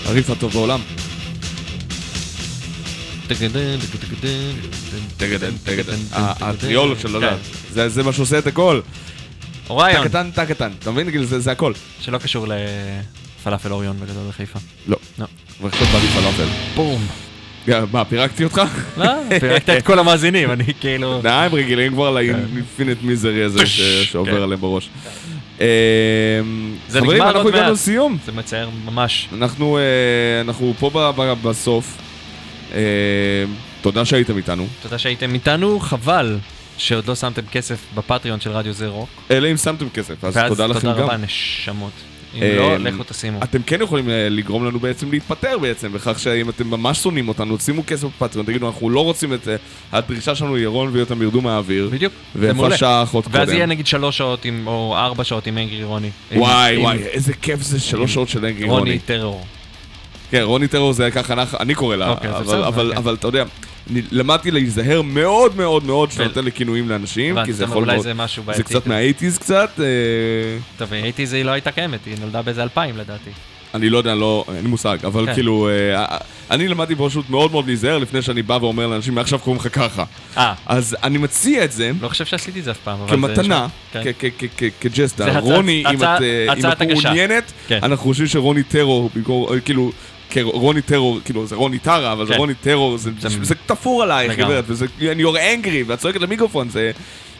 S3: הריף הטוב בעולם. הטריול של לא זה מה שעושה את הכל.
S4: אוריון.
S3: טקטן, טקטן. אתה מבין? זה הכל.
S4: שלא קשור לפלאפל אוריון בגדול בחיפה.
S3: לא.
S4: לא.
S3: ועכשיו בא לי פלאפל.
S4: בום.
S3: מה, פירקתי אותך?
S4: לא, פירקת את כל המאזינים, אני כאילו...
S3: הם רגילים כבר לאינפינט מיזרי הזה שעובר עליהם בראש.
S4: זה
S3: חברים,
S4: נגמר
S3: אנחנו
S4: עוד
S3: הגענו
S4: מעט.
S3: לסיום.
S4: זה מצער ממש.
S3: אנחנו פה בסוף. תודה שהייתם איתנו.
S4: תודה שהייתם איתנו, חבל שעוד לא שמתם כסף בפטריון של רדיו זה רוק.
S3: אלא אם שמתם כסף, אז תודה לכם גם.
S4: תודה רבה, נשמות. אם לא, לכו תשימו.
S3: אתם כן יכולים לגרום לנו בעצם להתפטר בעצם, בכך שאם אתם ממש שונאים אותנו, שימו כסף בפטריון, תגידו, אנחנו לא רוצים את זה, הדרישה שלנו היא ירון ויותם ירדו מהאוויר.
S4: בדיוק.
S3: ויפה שעה אחות קודם.
S4: ואז יהיה נגיד 3 שעות או 4 שעות עם אנגרי רוני.
S3: וואי, איזה כיף זה 3 שעות של אנגרי רוני.
S4: רוני טרור.
S3: כן, רוני טרור זה ככה, אני קורא לה, אבל אתה יודע, למדתי להיזהר מאוד מאוד מאוד שנותן לכינויים לאנשים, כי זה יכול מאוד, זה קצת מה-80s קצת.
S4: טוב, ה-80s היא לא הייתה קיימת, היא נולדה באיזה 2000 לדעתי.
S3: אני לא יודע, אין לי מושג, אבל כאילו, אני למדתי פשוט מאוד מאוד להיזהר לפני שאני בא ואומר לאנשים, מעכשיו קוראים לך ככה. אז אני מציע את זה,
S4: לא חושב שעשיתי את זה אף פעם,
S3: כמתנה, כג'סטה, רוני, אם את מעוניינת, אנחנו חושבים שרוני טרור, כאילו, רוני טרור, כאילו זה רוני טרה, אבל זה רוני טרור, זה תפור עלייך, אני יור אנגרי, ואת צועקת למיקרופון, זה...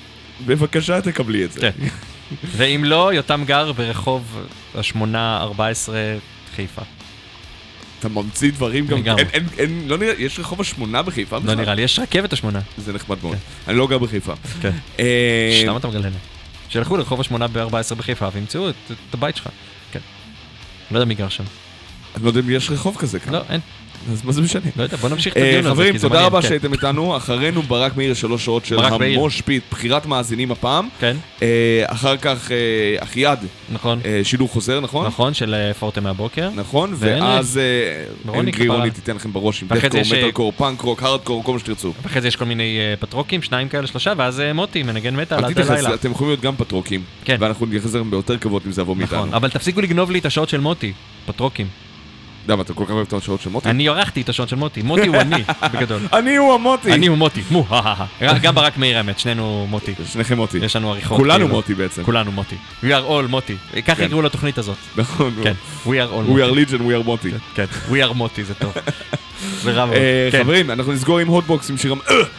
S3: בבקשה תקבלי את זה.
S4: ואם לא, יותם גר ברחוב ה8-14 חיפה.
S3: אתה ממציא דברים גם, לא נראה, יש רחוב ה8 בחיפה?
S4: לא נראה לי, יש רכבת ה8.
S3: זה נחמד מאוד, אני לא גר בחיפה.
S4: למה אתה מגלה לי? שילכו לרחוב ה8-14 בחיפה וימצאו את הבית שלך. לא יודע מי גר שם.
S3: אני לא יודע אם יש רחוב כזה כאן.
S4: לא, אין.
S3: אז מה זה משנה?
S4: לא יודע, בוא נמשיך את הדיון הזה.
S3: חברים, תודה רבה שהייתם איתנו. אחרינו ברק מאיר 3 שעות של המושפיט, בחירת מאזינים הפעם.
S4: כן.
S3: אחר כך אחייד.
S4: נכון.
S3: שידור חוזר, נכון?
S4: נכון, של פורטה מהבוקר.
S3: נכון, ואז אנגרי רוני תיתן לכם בראש עם דפקור, מטלקור, פאנקרוק, הארדקור, כל מה שתרצו.
S4: ואחרי זה יש כל מיני פטרוקים, 2 כאלה, 3, ואז מוטי מנגן מטל עד הלילה.
S3: אתם יכולים להיות גם פטרוקים, ואנחנו נתייחס להם ביותר כבוד אם זה יבוא מאיתנו.
S4: נכון, אבל תפסיקו לגנוב לי את השעות של מוטי, פטרוקים.
S3: למה, אתה כל כך אוהב את השעות של מוטי?
S4: אני ערכתי את השעות של מוטי, מוטי הוא אני, בגדול.
S3: אני הוא המוטי.
S4: אני הוא מוטי, גם ברק מאיר האמת, שנינו מוטי.
S3: שניכם מוטי.
S4: יש לנו עריכות.
S3: כולנו מוטי בעצם.
S4: כולנו מוטי. We are all מוטי. ככה יקראו לתוכנית הזאת.
S3: נכון.
S4: כן, we are all
S3: מוטי. We are legion, we are מוטי.
S4: כן, we are מוטי, זה טוב. זה רע מאוד.
S3: חברים, אנחנו נסגור עם הוטבוקס עם שירם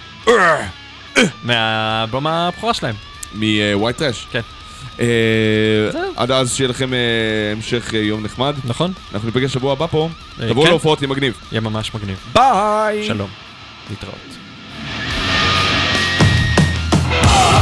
S4: מהאלבום הבכורה שלהם.
S3: מ-White Trash.
S4: כן.
S3: עד אז שיהיה לכם המשך יום נחמד.
S4: נכון.
S3: אנחנו ניפגש שבוע הבא פה. תבואו להופעות, יהיה מגניב.
S4: יהיה ממש מגניב.
S3: ביי!
S4: שלום. להתראות.